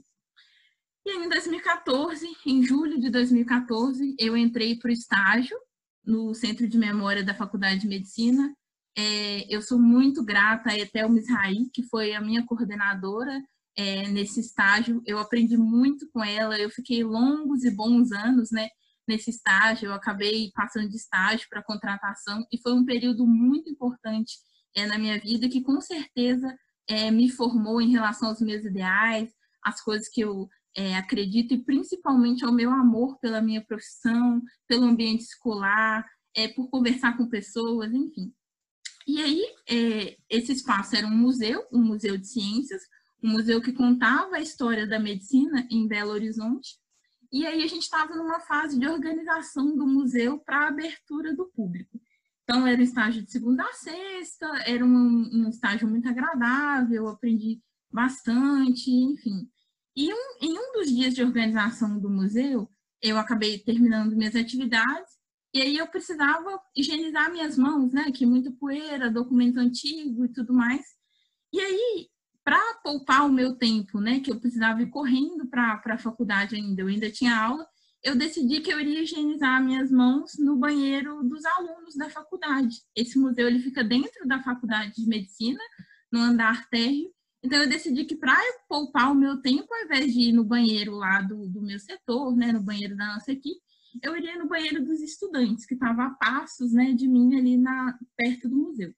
E aí, em dois mil e quatorze, em julho de dois mil e quatorze, eu entrei para o estágio no Centro de Memória da Faculdade de Medicina. É, eu sou muito grata a Etel Misrahi, que foi a minha coordenadora é, nesse estágio. Eu aprendi muito com ela, eu fiquei longos e bons anos, né, nesse estágio. Eu acabei passando de estágio para contratação e foi um período muito importante é, na minha vida, que com certeza é, me formou em relação aos meus ideais, as coisas que eu É, acredito, e principalmente ao meu amor pela minha profissão, pelo ambiente escolar, é, por conversar com pessoas, enfim. E aí, é, esse espaço era um museu, um museu de ciências, um museu que contava a história da medicina em Belo Horizonte, e aí a gente estava numa fase de organização do museu para a abertura do público. Então, era um estágio de segunda a sexta, era um, um estágio muito agradável, aprendi bastante, enfim. E um, em um dos dias de organização do museu, eu acabei terminando minhas atividades, e aí eu precisava higienizar minhas mãos, né? Que muita poeira, documento antigo e tudo mais. E aí, para poupar o meu tempo, né? Que eu precisava ir correndo para a faculdade ainda, eu ainda tinha aula, eu decidi que eu iria higienizar minhas mãos no banheiro dos alunos da faculdade. Esse museu ele fica dentro da faculdade de medicina, no andar térreo. Então, eu decidi que para poupar o meu tempo, ao invés de ir no banheiro lá do, do meu setor, né, no banheiro da nossa equipe, eu iria no banheiro dos estudantes, que estava a passos, né, de mim ali na, perto do museu.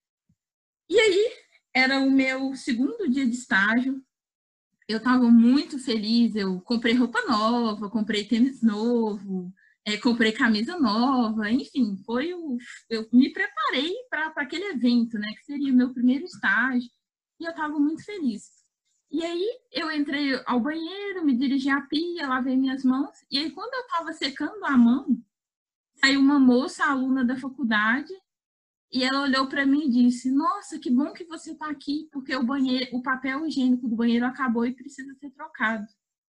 E aí, era o meu segundo dia de estágio, eu estava muito feliz, eu comprei roupa nova, comprei tênis novo, é, comprei camisa nova, enfim, foi o, eu me preparei para aquele evento, né, que seria o meu primeiro estágio. E eu estava muito feliz. E aí, eu entrei ao banheiro, me dirigi à pia, lavei minhas mãos. E aí, quando eu estava secando a mão, saiu uma moça, aluna da faculdade, e ela olhou para mim e disse: nossa, que bom que você está aqui, porque o, banheiro, o papel higiênico do banheiro acabou e precisa ser trocado.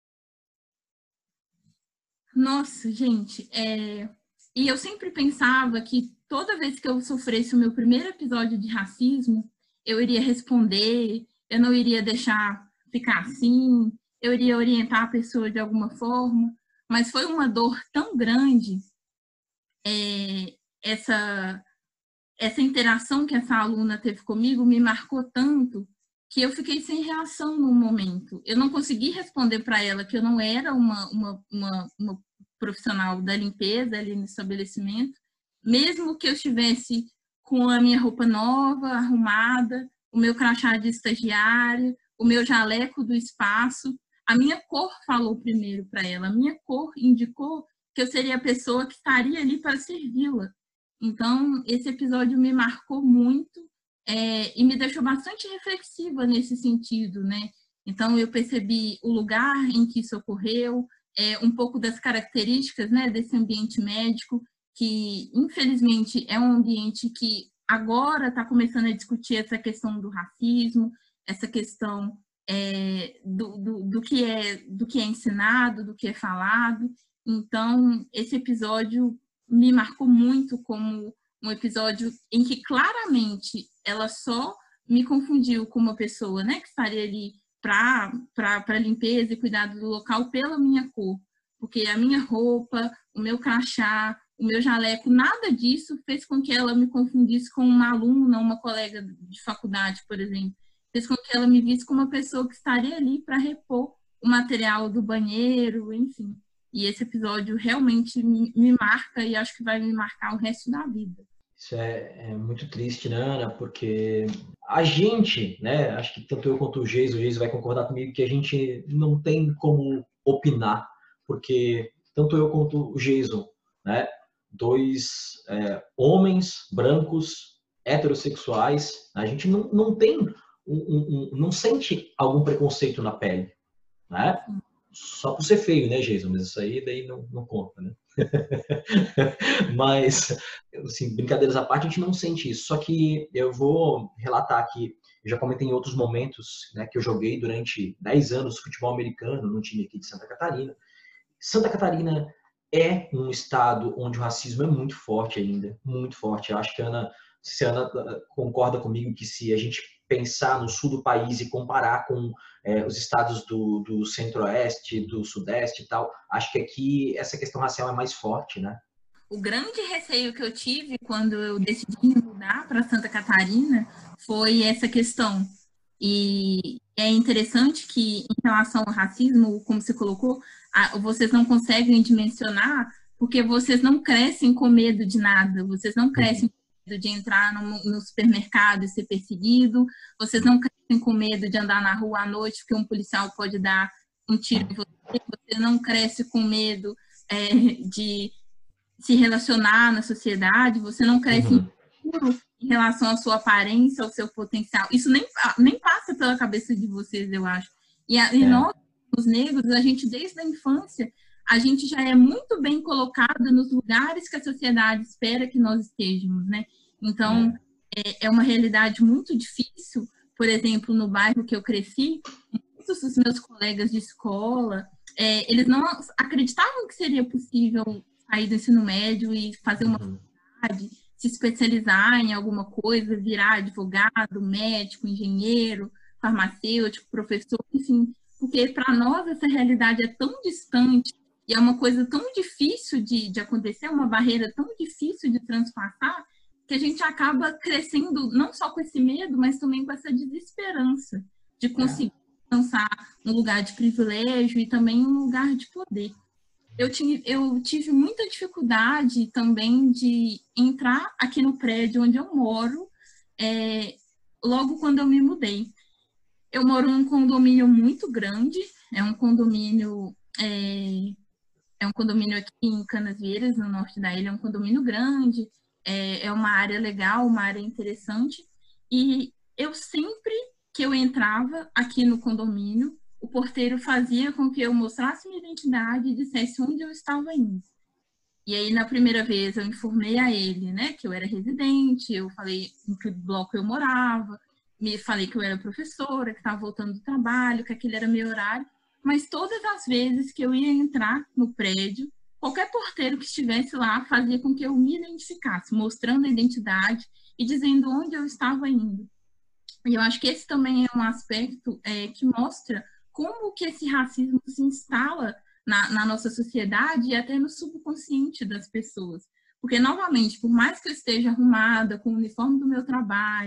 Nossa, gente, é... e eu sempre pensava que toda vez que eu sofresse o meu primeiro episódio de racismo, eu iria responder, eu não iria deixar ficar assim, eu iria orientar a pessoa de alguma forma, mas foi uma dor tão grande, é, essa, essa interação que essa aluna teve comigo me marcou tanto, que eu fiquei sem reação no momento. Eu não consegui responder para ela que eu não era uma, uma, uma, uma profissional da limpeza ali no estabelecimento, mesmo que eu estivesse com a minha roupa nova, arrumada, o meu crachá de estagiária, o meu jaleco do espaço. A minha cor falou primeiro para ela, a minha cor indicou que eu seria a pessoa que estaria ali para servi-la. Então, esse episódio me marcou muito é, e me deixou bastante reflexiva nesse sentido, né? Então, eu percebi o lugar em que isso ocorreu, é, um pouco das características, né, desse ambiente médico, que, infelizmente, é um ambiente que agora está começando a discutir essa questão do racismo, essa questão é, do, do, do, que é, do que é ensinado, do que é falado. Então, esse episódio me marcou muito como um episódio em que, claramente, ela só me confundiu com uma pessoa, né, que estaria ali para limpeza e cuidado do local pela minha cor. Porque a minha roupa, o meu crachá, o meu jaleco, nada disso fez com que ela me confundisse com uma aluna, uma colega de faculdade, por exemplo. Fez com que ela me visse como uma pessoa que estaria ali para repor o material do banheiro, enfim. E esse episódio realmente me, me marca e acho que vai me marcar o resto da vida. Isso é, é muito triste, né, Ana? Porque a gente, né, acho que tanto eu quanto o Geiso, o Geiso vai concordar comigo que a gente não tem como opinar, porque tanto eu quanto o Geiso, né, dois é, homens brancos, heterossexuais, a gente não, não tem, um, um, um, não sente algum preconceito na pele, né? Só por ser feio, né, Jason? Mas isso aí daí não, não conta, né? Mas, assim, brincadeiras à parte, a gente não sente isso. Só que eu vou relatar aqui, eu já comentei em outros momentos, né, que eu joguei durante dez anos futebol americano num time aqui de Santa Catarina. Santa Catarina é um estado onde o racismo é muito forte ainda, muito forte. Eu acho que a Ana, se a Ana concorda comigo que se a gente pensar no sul do país e comparar com é, os estados do, do centro-oeste, do sudeste e tal, acho que aqui essa questão racial é mais forte, né? O grande receio que eu tive quando eu decidi me mudar para Santa Catarina foi essa questão. E é interessante que, em relação ao racismo, como você colocou, vocês não conseguem dimensionar porque vocês não crescem com medo de nada, vocês não crescem com medo de entrar no, no supermercado e ser perseguido, vocês não crescem com medo de andar na rua à noite porque um policial pode dar um tiro em você, você não cresce com medo é, de se relacionar na sociedade, você não cresce uhum. inseguro em relação à sua aparência, ao seu potencial. Isso nem, nem passa pela cabeça de vocês, eu acho. E, a, é. e nós, os negros, a gente, desde a infância, a gente já é muito bem colocado nos lugares que a sociedade espera que nós estejamos, né? Então, é, é, é uma realidade muito difícil. Por exemplo, no bairro que eu cresci, muitos dos meus colegas de escola, é, eles não acreditavam que seria possível sair do ensino médio e fazer uma uhum. faculdade, se especializar em alguma coisa, virar advogado, médico, engenheiro, farmacêutico, professor, enfim, porque para nós essa realidade é tão distante e é uma coisa tão difícil de, de acontecer, uma barreira tão difícil de transpassar, que a gente acaba crescendo não só com esse medo, mas também com essa desesperança de conseguir alcançar um lugar de privilégio e também um lugar de poder. Eu tive, eu tive muita dificuldade também de entrar aqui no prédio onde eu moro, é, logo quando eu me mudei. Eu moro num condomínio muito grande, é um condomínio, é, é um condomínio aqui em Canasvieiras, no norte da ilha, é um condomínio grande, é, é uma área legal, uma área interessante, e eu sempre que eu entrava aqui no condomínio, o porteiro fazia com que eu mostrasse minha identidade e dissesse onde eu estava indo. E aí, na primeira vez, eu informei a ele, né, que eu era residente, eu falei em que bloco eu morava, me falei que eu era professora, que estava voltando do trabalho, que aquele era meu horário, mas todas as vezes que eu ia entrar no prédio, qualquer porteiro que estivesse lá fazia com que eu me identificasse, mostrando a identidade e dizendo onde eu estava indo. E eu acho que esse também é um aspecto é, que mostra como que esse racismo se instala na, na nossa sociedade e até no subconsciente das pessoas. Porque, novamente, por mais que eu esteja arrumada com o uniforme do meu trabalho,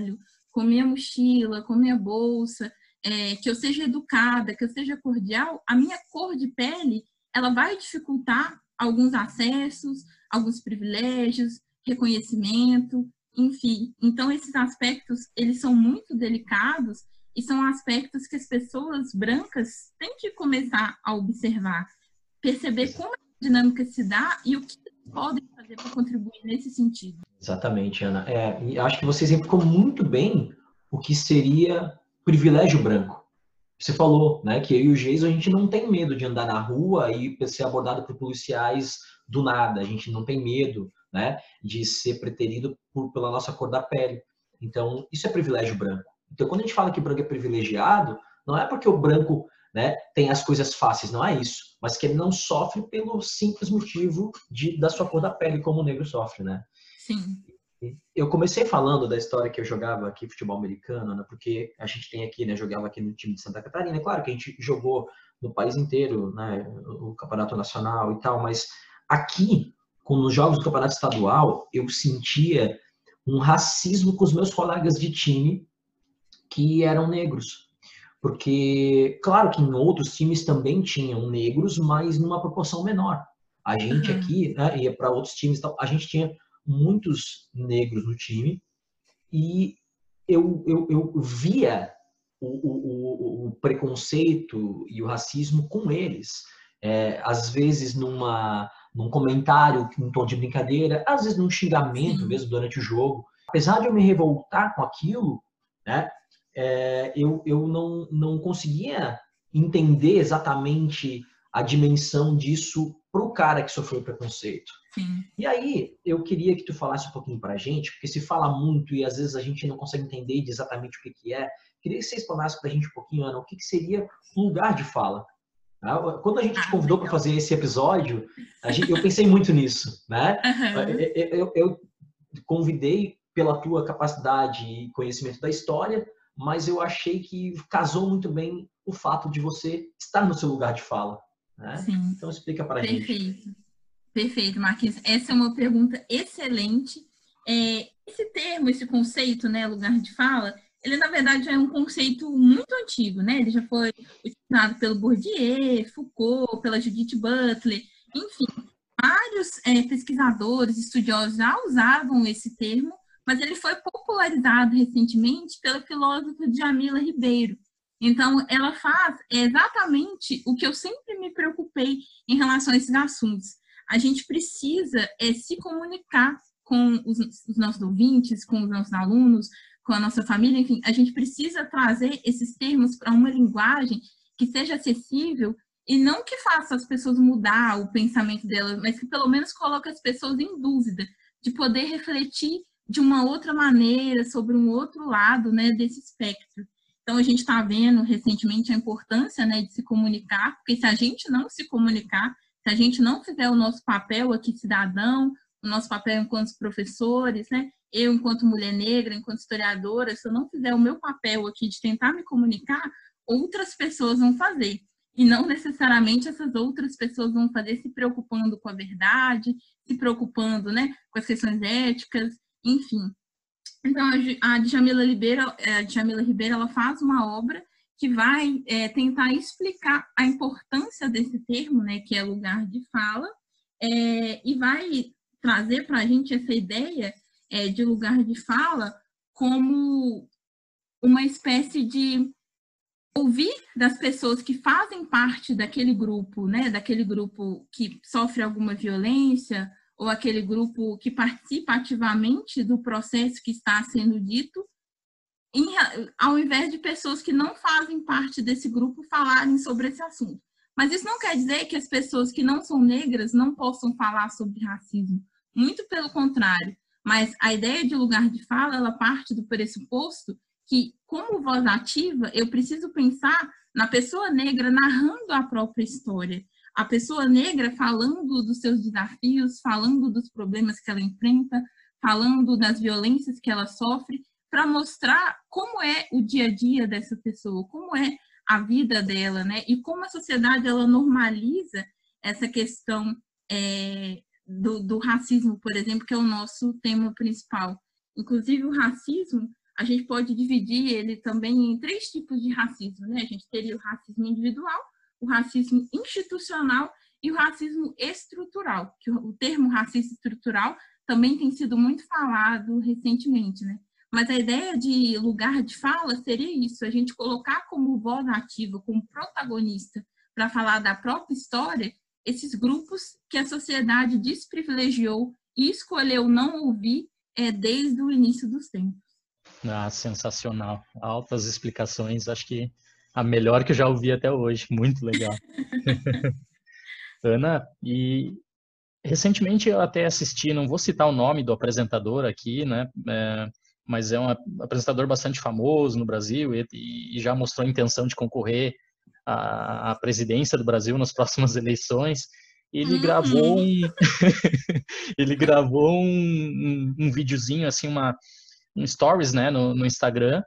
com minha mochila, com minha bolsa, é, que eu seja educada, que eu seja cordial, a minha cor de pele, ela vai dificultar alguns acessos, alguns privilégios, reconhecimento, enfim. Então, esses aspectos, eles são muito delicados e são aspectos que as pessoas brancas têm que começar a observar, perceber como a dinâmica se dá e o que podem fazer para contribuir nesse sentido. Exatamente, Ana. É, e acho que você exemplificou muito bem o que seria privilégio branco. Você falou, né, que eu e o Geison, a gente não tem medo de andar na rua e ser abordado por policiais do nada. A gente não tem medo, né, de ser preterido por, pela nossa cor da pele. Então, isso é privilégio branco. Então, quando a gente fala que branco é privilegiado, não é porque o branco, né, tem as coisas fáceis, não é isso. Mas que ele não sofre pelo simples motivo de, da sua cor da pele, como o negro sofre, né? Sim. Eu comecei falando da história que eu jogava aqui futebol americano, né, porque a gente tem aqui, né, jogava aqui no time de Santa Catarina. Claro que a gente jogou no país inteiro, né, o campeonato nacional e tal, mas aqui, com nos jogos do campeonato estadual, eu sentia um racismo com os meus colegas de time que eram negros. Porque, claro que em outros times também tinham negros, mas numa proporção menor. A gente aqui, né, ia para outros times, a gente tinha muitos negros no time e eu, eu, eu via o, o, o preconceito e o racismo com eles. É, às vezes numa, num comentário, num tom de brincadeira, às vezes num xingamento mesmo durante o jogo. Apesar de eu me revoltar com aquilo, né, é, eu, eu não, não conseguia entender exatamente a dimensão disso para o cara que sofreu o preconceito. Sim. E aí, eu queria que tu falasse um pouquinho para a gente, porque se fala muito e às vezes a gente não consegue entender exatamente o que, que é. Queria que você explanasse para a gente um pouquinho, Ana, o que, que seria lugar de fala. Quando a gente te convidou para fazer esse episódio, a gente, eu pensei muito nisso, né? Uhum. Eu, eu, eu convidei pela tua capacidade e conhecimento da história, mas eu achei que casou muito bem o fato de você estar no seu lugar de fala, né? Sim. Então explica para a gente. Perfeito. Perfeito, Marquinhos. Essa é uma pergunta excelente. É, esse termo, esse conceito, né, lugar de fala, ele na verdade é um conceito muito antigo, né? Ele já foi utilizado pelo Bourdieu, Foucault, pela Judith Butler, enfim, vários é, pesquisadores, estudiosos já usavam esse termo, mas ele foi popularizado recentemente pela filósofa Djamila Ribeiro. Então, ela faz exatamente o que eu sempre me preocupei em relação a esses assuntos. A gente precisa é, se comunicar com os, os nossos ouvintes, com os nossos alunos, com a nossa família, enfim, a gente precisa trazer esses termos para uma linguagem que seja acessível e não que faça as pessoas mudar o pensamento delas, mas que pelo menos coloque as pessoas em dúvida, de poder refletir de uma outra maneira, sobre um outro lado, né, desse espectro. Então, a gente está vendo recentemente a importância, né, de se comunicar, porque se a gente não se comunicar, se a gente não fizer o nosso papel aqui cidadão, o nosso papel enquanto professores, né, eu enquanto mulher negra, enquanto historiadora, se eu não fizer o meu papel aqui de tentar me comunicar, outras pessoas vão fazer. E não necessariamente essas outras pessoas vão fazer se preocupando com a verdade, se preocupando, né, com as questões éticas, enfim. Então, a Djamila Ribeiro, a Djamila Ribeiro, ela faz uma obra que vai é, tentar explicar a importância desse termo, né, que é lugar de fala, é, e vai trazer para a gente essa ideia é, de lugar de fala como uma espécie de ouvir das pessoas que fazem parte daquele grupo, né, daquele grupo que sofre alguma violência, ou aquele grupo que participa ativamente do processo que está sendo dito, em, ao invés de pessoas que não fazem parte desse grupo falarem sobre esse assunto. Mas isso não quer dizer que as pessoas que não são negras não possam falar sobre racismo. Muito pelo contrário. Mas a ideia de lugar de fala, ela parte do pressuposto que, como voz ativa, eu preciso pensar na pessoa negra narrando a própria história. A pessoa negra falando dos seus desafios, falando dos problemas que ela enfrenta, falando das violências que ela sofre, para mostrar como é o dia a dia dessa pessoa, como é a vida dela, né? E como a sociedade ela normaliza essa questão é, do, do racismo, por exemplo, que é o nosso tema principal. Inclusive, o racismo, a gente pode dividir ele também em três tipos de racismo, né? A gente teria o racismo individual, o racismo institucional e o racismo estrutural, que o termo racismo estrutural também tem sido muito falado recentemente, né? Mas a ideia de lugar de fala seria isso, a gente colocar como voz ativa, como protagonista, para falar da própria história, esses grupos que a sociedade desprivilegiou e escolheu não ouvir é, desde o início dos tempos. Ah, sensacional. Altas explicações, acho que a melhor que eu já ouvi até hoje. Muito legal. Ana, e recentemente eu até assisti, não vou citar o nome do apresentador aqui, né? É, mas é um apresentador bastante famoso no Brasil e, e já mostrou a intenção de concorrer à, à presidência do Brasil nas próximas eleições. Ele uhum. gravou um ele gravou um, um, um videozinho, assim, uma, um stories, né, no, no Instagram,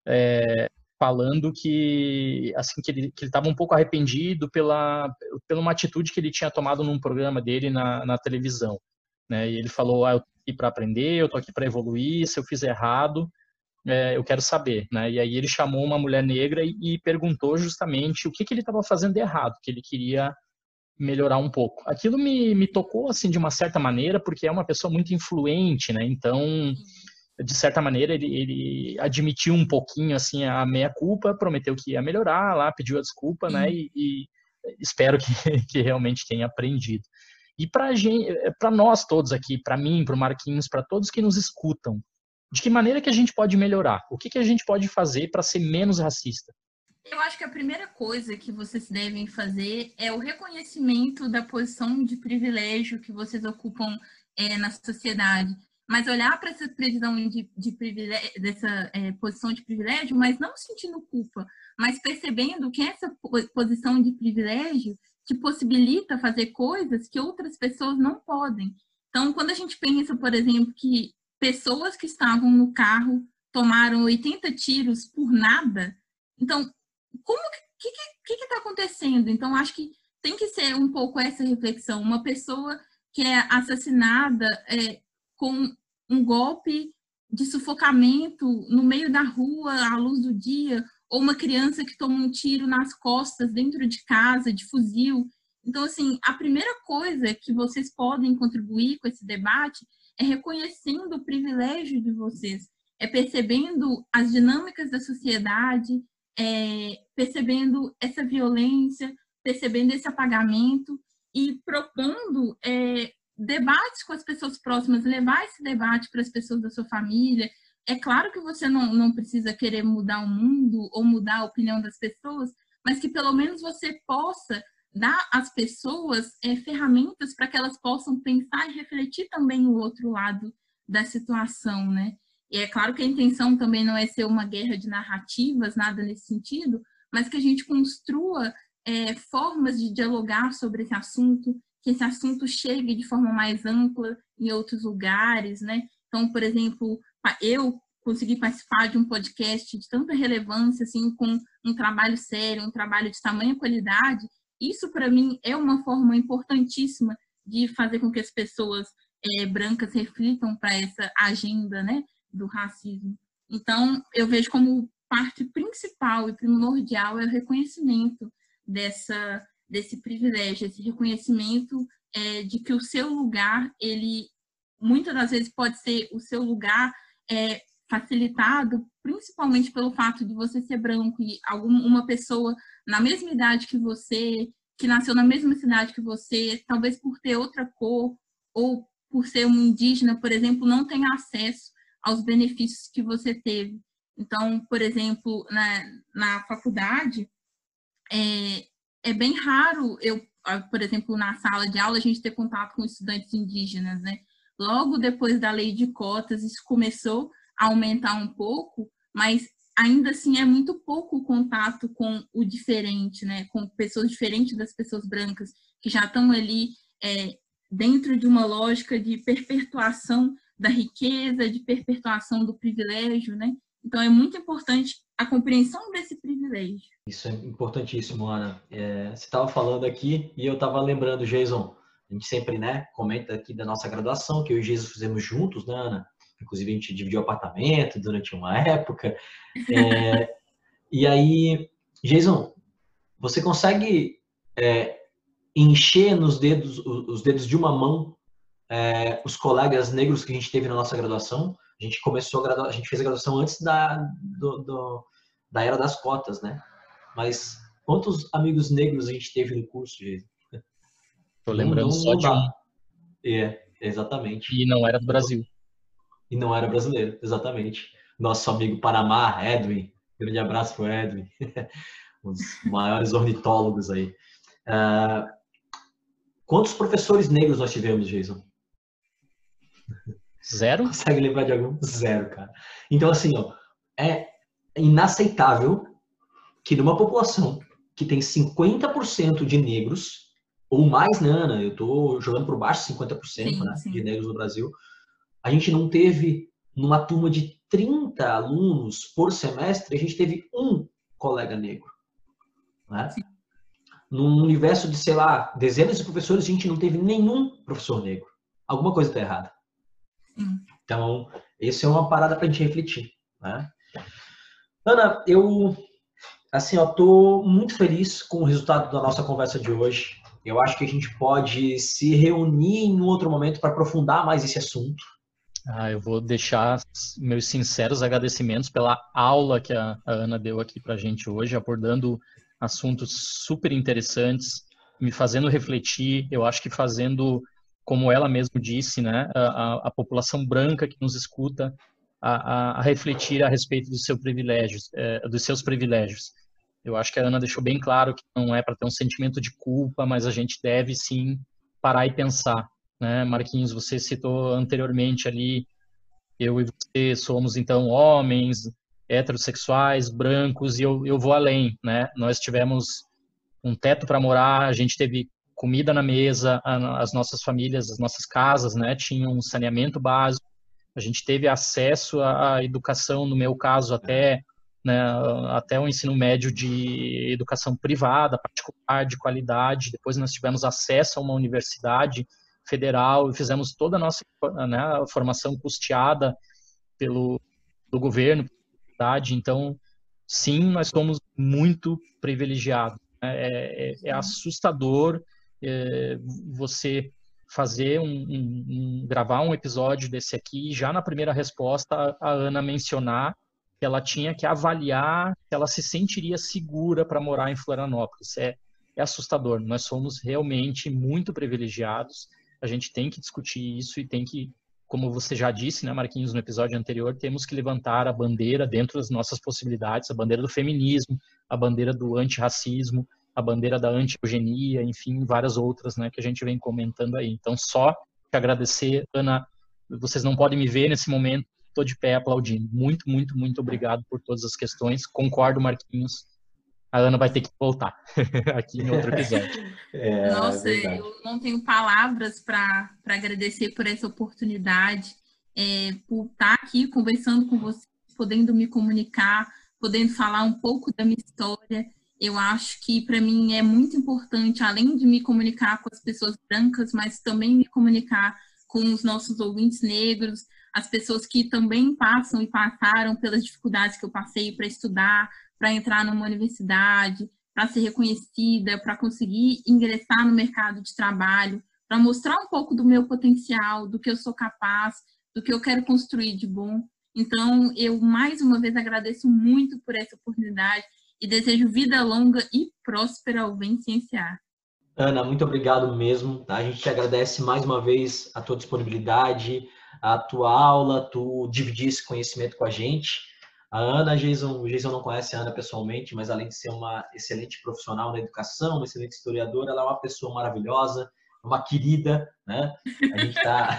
é, falando que assim que ele que ele estava um pouco arrependido pela pela uma atitude que ele tinha tomado num programa dele na, na televisão, né? E ele falou: ah, eu tô aqui para aprender, eu tô aqui para evoluir, se eu fiz errado, é, eu quero saber, né? E aí ele chamou uma mulher negra e, e perguntou justamente o que que ele estava fazendo de errado, que ele queria melhorar um pouco. Aquilo me, me tocou assim de uma certa maneira, porque é uma pessoa muito influente, né? Então, de certa maneira, ele, ele admitiu um pouquinho assim a meia-culpa, prometeu que ia melhorar lá, pediu a desculpa, né? E, e espero que, que realmente tenha aprendido. E para gente, para nós todos aqui, para mim, para o Marquinhos, para todos que nos escutam, de que maneira que a gente pode melhorar? O que, que a gente pode fazer para ser menos racista? Eu acho que a primeira coisa que vocês devem fazer é o reconhecimento da posição de privilégio que vocês ocupam é, na sociedade. Mas olhar para essa previsão de, de privilégio, dessa é, posição de privilégio, mas não sentindo culpa, mas percebendo que essa posição de privilégio te possibilita fazer coisas que outras pessoas não podem. Então, quando a gente pensa, por exemplo, que pessoas que estavam no carro tomaram oitenta tiros por nada, então, como que que que está acontecendo? Então, acho que tem que ser um pouco essa reflexão. Uma pessoa que é assassinada é, com um golpe de sufocamento no meio da rua, à luz do dia, ou uma criança que toma um tiro nas costas dentro de casa, de fuzil. Então, assim, a primeira coisa que vocês podem contribuir com esse debate é reconhecendo o privilégio de vocês, é percebendo as dinâmicas da sociedade, É, percebendo essa violência, percebendo esse apagamento e propondo é, debates com as pessoas próximas, levar esse debate para as pessoas da sua família. É claro que você não, não precisa querer mudar o mundo ou mudar a opinião das pessoas, mas que pelo menos você possa dar às pessoas é, ferramentas para que elas possam pensar e refletir também o outro lado da situação, né? E é claro que a intenção também não é ser uma guerra de narrativas, nada nesse sentido, mas que a gente construa é, formas de dialogar sobre esse assunto, que esse assunto chegue de forma mais ampla em outros lugares, né? Então, por exemplo, eu consegui participar de um podcast de tanta relevância, assim, com um trabalho sério, um trabalho de tamanha qualidade. Isso, para mim, é uma forma importantíssima de fazer com que as pessoas é, brancas reflitam para essa agenda, né, do racismo. Então, eu vejo como parte principal e primordial é o reconhecimento dessa, desse privilégio, esse reconhecimento é, de que o seu lugar, ele muitas das vezes pode ser o seu lugar é, facilitado, principalmente pelo fato de você ser branco e alguma, uma pessoa na mesma idade que você, que nasceu na mesma cidade que você, talvez por ter outra cor ou por ser um indígena, por exemplo, não tenha acesso aos benefícios que você teve. Então, por exemplo, na, na faculdade, é, é bem raro eu, por exemplo, na sala de aula, a gente ter contato com estudantes indígenas, né? Logo depois da lei de cotas, isso começou a aumentar um pouco, mas ainda assim é muito pouco o contato com o diferente, né? Com pessoas diferentes das pessoas brancas, que já estão ali é, dentro de uma lógica de perpetuação da riqueza, de perpetuação do privilégio, né? Então, é muito importante a compreensão desse privilégio. Isso é importantíssimo, Ana. É, você estava falando aqui e eu estava lembrando, Jason, a gente sempre, né, comenta aqui da nossa graduação, que eu e o Jason fizemos juntos, né, Ana? inclusive a gente dividiu apartamento durante uma época. É, e aí, Jason, você consegue é, encher nos dedos, os dedos de uma mão, é, os colegas negros que a gente teve na nossa graduação? A gente começou a graduação, a gente fez a graduação antes da, do, do, da era das cotas, né? Mas quantos amigos negros a gente teve no curso, Jason? Tô lembrando não, não, só não de um. É, exatamente. E não era do Brasil. E não era brasileiro, exatamente. Nosso amigo Panamá, Edwin. Grande abraço pro Edwin. Um dos maiores ornitólogos aí. Uh, quantos professores negros nós tivemos, Jason? Zero? Consegue lembrar de algum? Zero, cara. Então, assim, ó, é inaceitável que numa população que tem cinquenta por cento de negros, ou mais, né, Ana? Eu tô jogando por baixo cinquenta por cento, sim, né, sim. de negros no Brasil. A gente não teve, numa turma de trinta alunos por semestre, a gente teve um colega negro. Né? Num universo de, sei lá, dezenas de professores, a gente não teve nenhum professor negro. Alguma coisa está errada. Sim. Então, isso é uma parada para a gente refletir. Né? Ana, eu assim, eu tô muito feliz com o resultado da nossa conversa de hoje. Eu acho que a gente pode se reunir em um outro momento para aprofundar mais esse assunto. Ah, eu vou deixar meus sinceros agradecimentos pela aula que a, a Ana deu aqui para a gente hoje, abordando assuntos super interessantes, me fazendo refletir. Eu acho que fazendo, como ela mesma disse, né, a, a população branca que nos escuta a, a, a refletir a respeito dos seus privilégios, é, dos seus privilégios. Eu acho que a Ana deixou bem claro que não é para ter um sentimento de culpa, mas a gente deve sim parar e pensar. Né? Marquinhos, você citou anteriormente ali, eu e você somos então homens, heterossexuais, brancos, e eu, eu vou além, né? Nós tivemos um teto para morar, a gente teve comida na mesa, as nossas famílias, as nossas casas, né, tinham um saneamento básico, a gente teve acesso à educação, no meu caso, até, né, até o ensino médio de educação privada, particular, de qualidade, depois nós tivemos acesso a uma universidade federal e fizemos toda a nossa, né, a formação custeada pelo do governo, então, sim, nós somos muito privilegiados. É, é, é assustador é, você fazer um, um, um, gravar um episódio desse aqui e já na primeira resposta a Ana mencionar que ela tinha que avaliar se ela se sentiria segura para morar em Florianópolis. É, é assustador. Nós somos realmente muito privilegiados. A gente tem que discutir isso e tem que, como você já disse, né, Marquinhos, no episódio anterior, temos que levantar a bandeira dentro das nossas possibilidades, a bandeira do feminismo, a bandeira do antirracismo, a bandeira da anti-eugenia, enfim, várias outras, né, que a gente vem comentando aí. Então, só te agradecer, Ana, vocês não podem me ver nesse momento, estou de pé aplaudindo. Muito, muito, muito obrigado por todas as questões. Concordo, Marquinhos. A Ana vai ter que voltar aqui em outro episódio. É, Nossa, é eu não tenho palavras para agradecer por essa oportunidade, é, por estar aqui conversando com vocês, podendo me comunicar, podendo falar um pouco da minha história. Eu acho que para mim é muito importante, além de me comunicar com as pessoas brancas, mas também me comunicar com os nossos ouvintes negros, as pessoas que também passam e passaram pelas dificuldades que eu passei para estudar, para entrar numa universidade, para ser reconhecida, para conseguir ingressar no mercado de trabalho, para mostrar um pouco do meu potencial, do que eu sou capaz, do que eu quero construir de bom. Então, eu mais uma vez agradeço muito por essa oportunidade e desejo vida longa e próspera ao Vencenciar. Ana, muito obrigado mesmo. Tá? A gente te agradece mais uma vez a tua disponibilidade, a tua aula, tu dividir esse conhecimento com a gente. A Ana, Jason, o Jason não conhece a Ana pessoalmente, mas além de ser uma excelente profissional na educação, uma excelente historiadora, ela é uma pessoa maravilhosa, uma querida, né? A gente está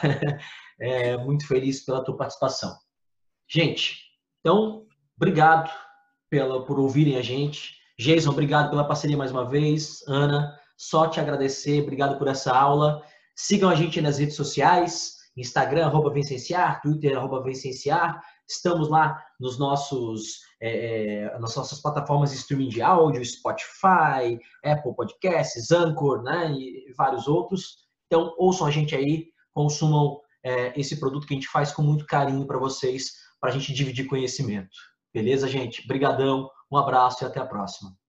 é, muito feliz pela tua participação. Gente, então, obrigado pela, por ouvirem a gente. Jason, obrigado pela parceria mais uma vez. Ana, só te agradecer, obrigado por essa aula. Sigam a gente nas redes sociais, Instagram, arroba Vencenciar, Twitter, arroba Vencenciar. Estamos lá nos nossos, é, nas nossas plataformas de streaming de áudio, Spotify, Apple Podcasts, Anchor, né, e vários outros. Então, ouçam a gente aí, consumam é, esse produto que a gente faz com muito carinho para vocês, para a gente dividir conhecimento. Beleza, gente? Brigadão, um abraço e até a próxima.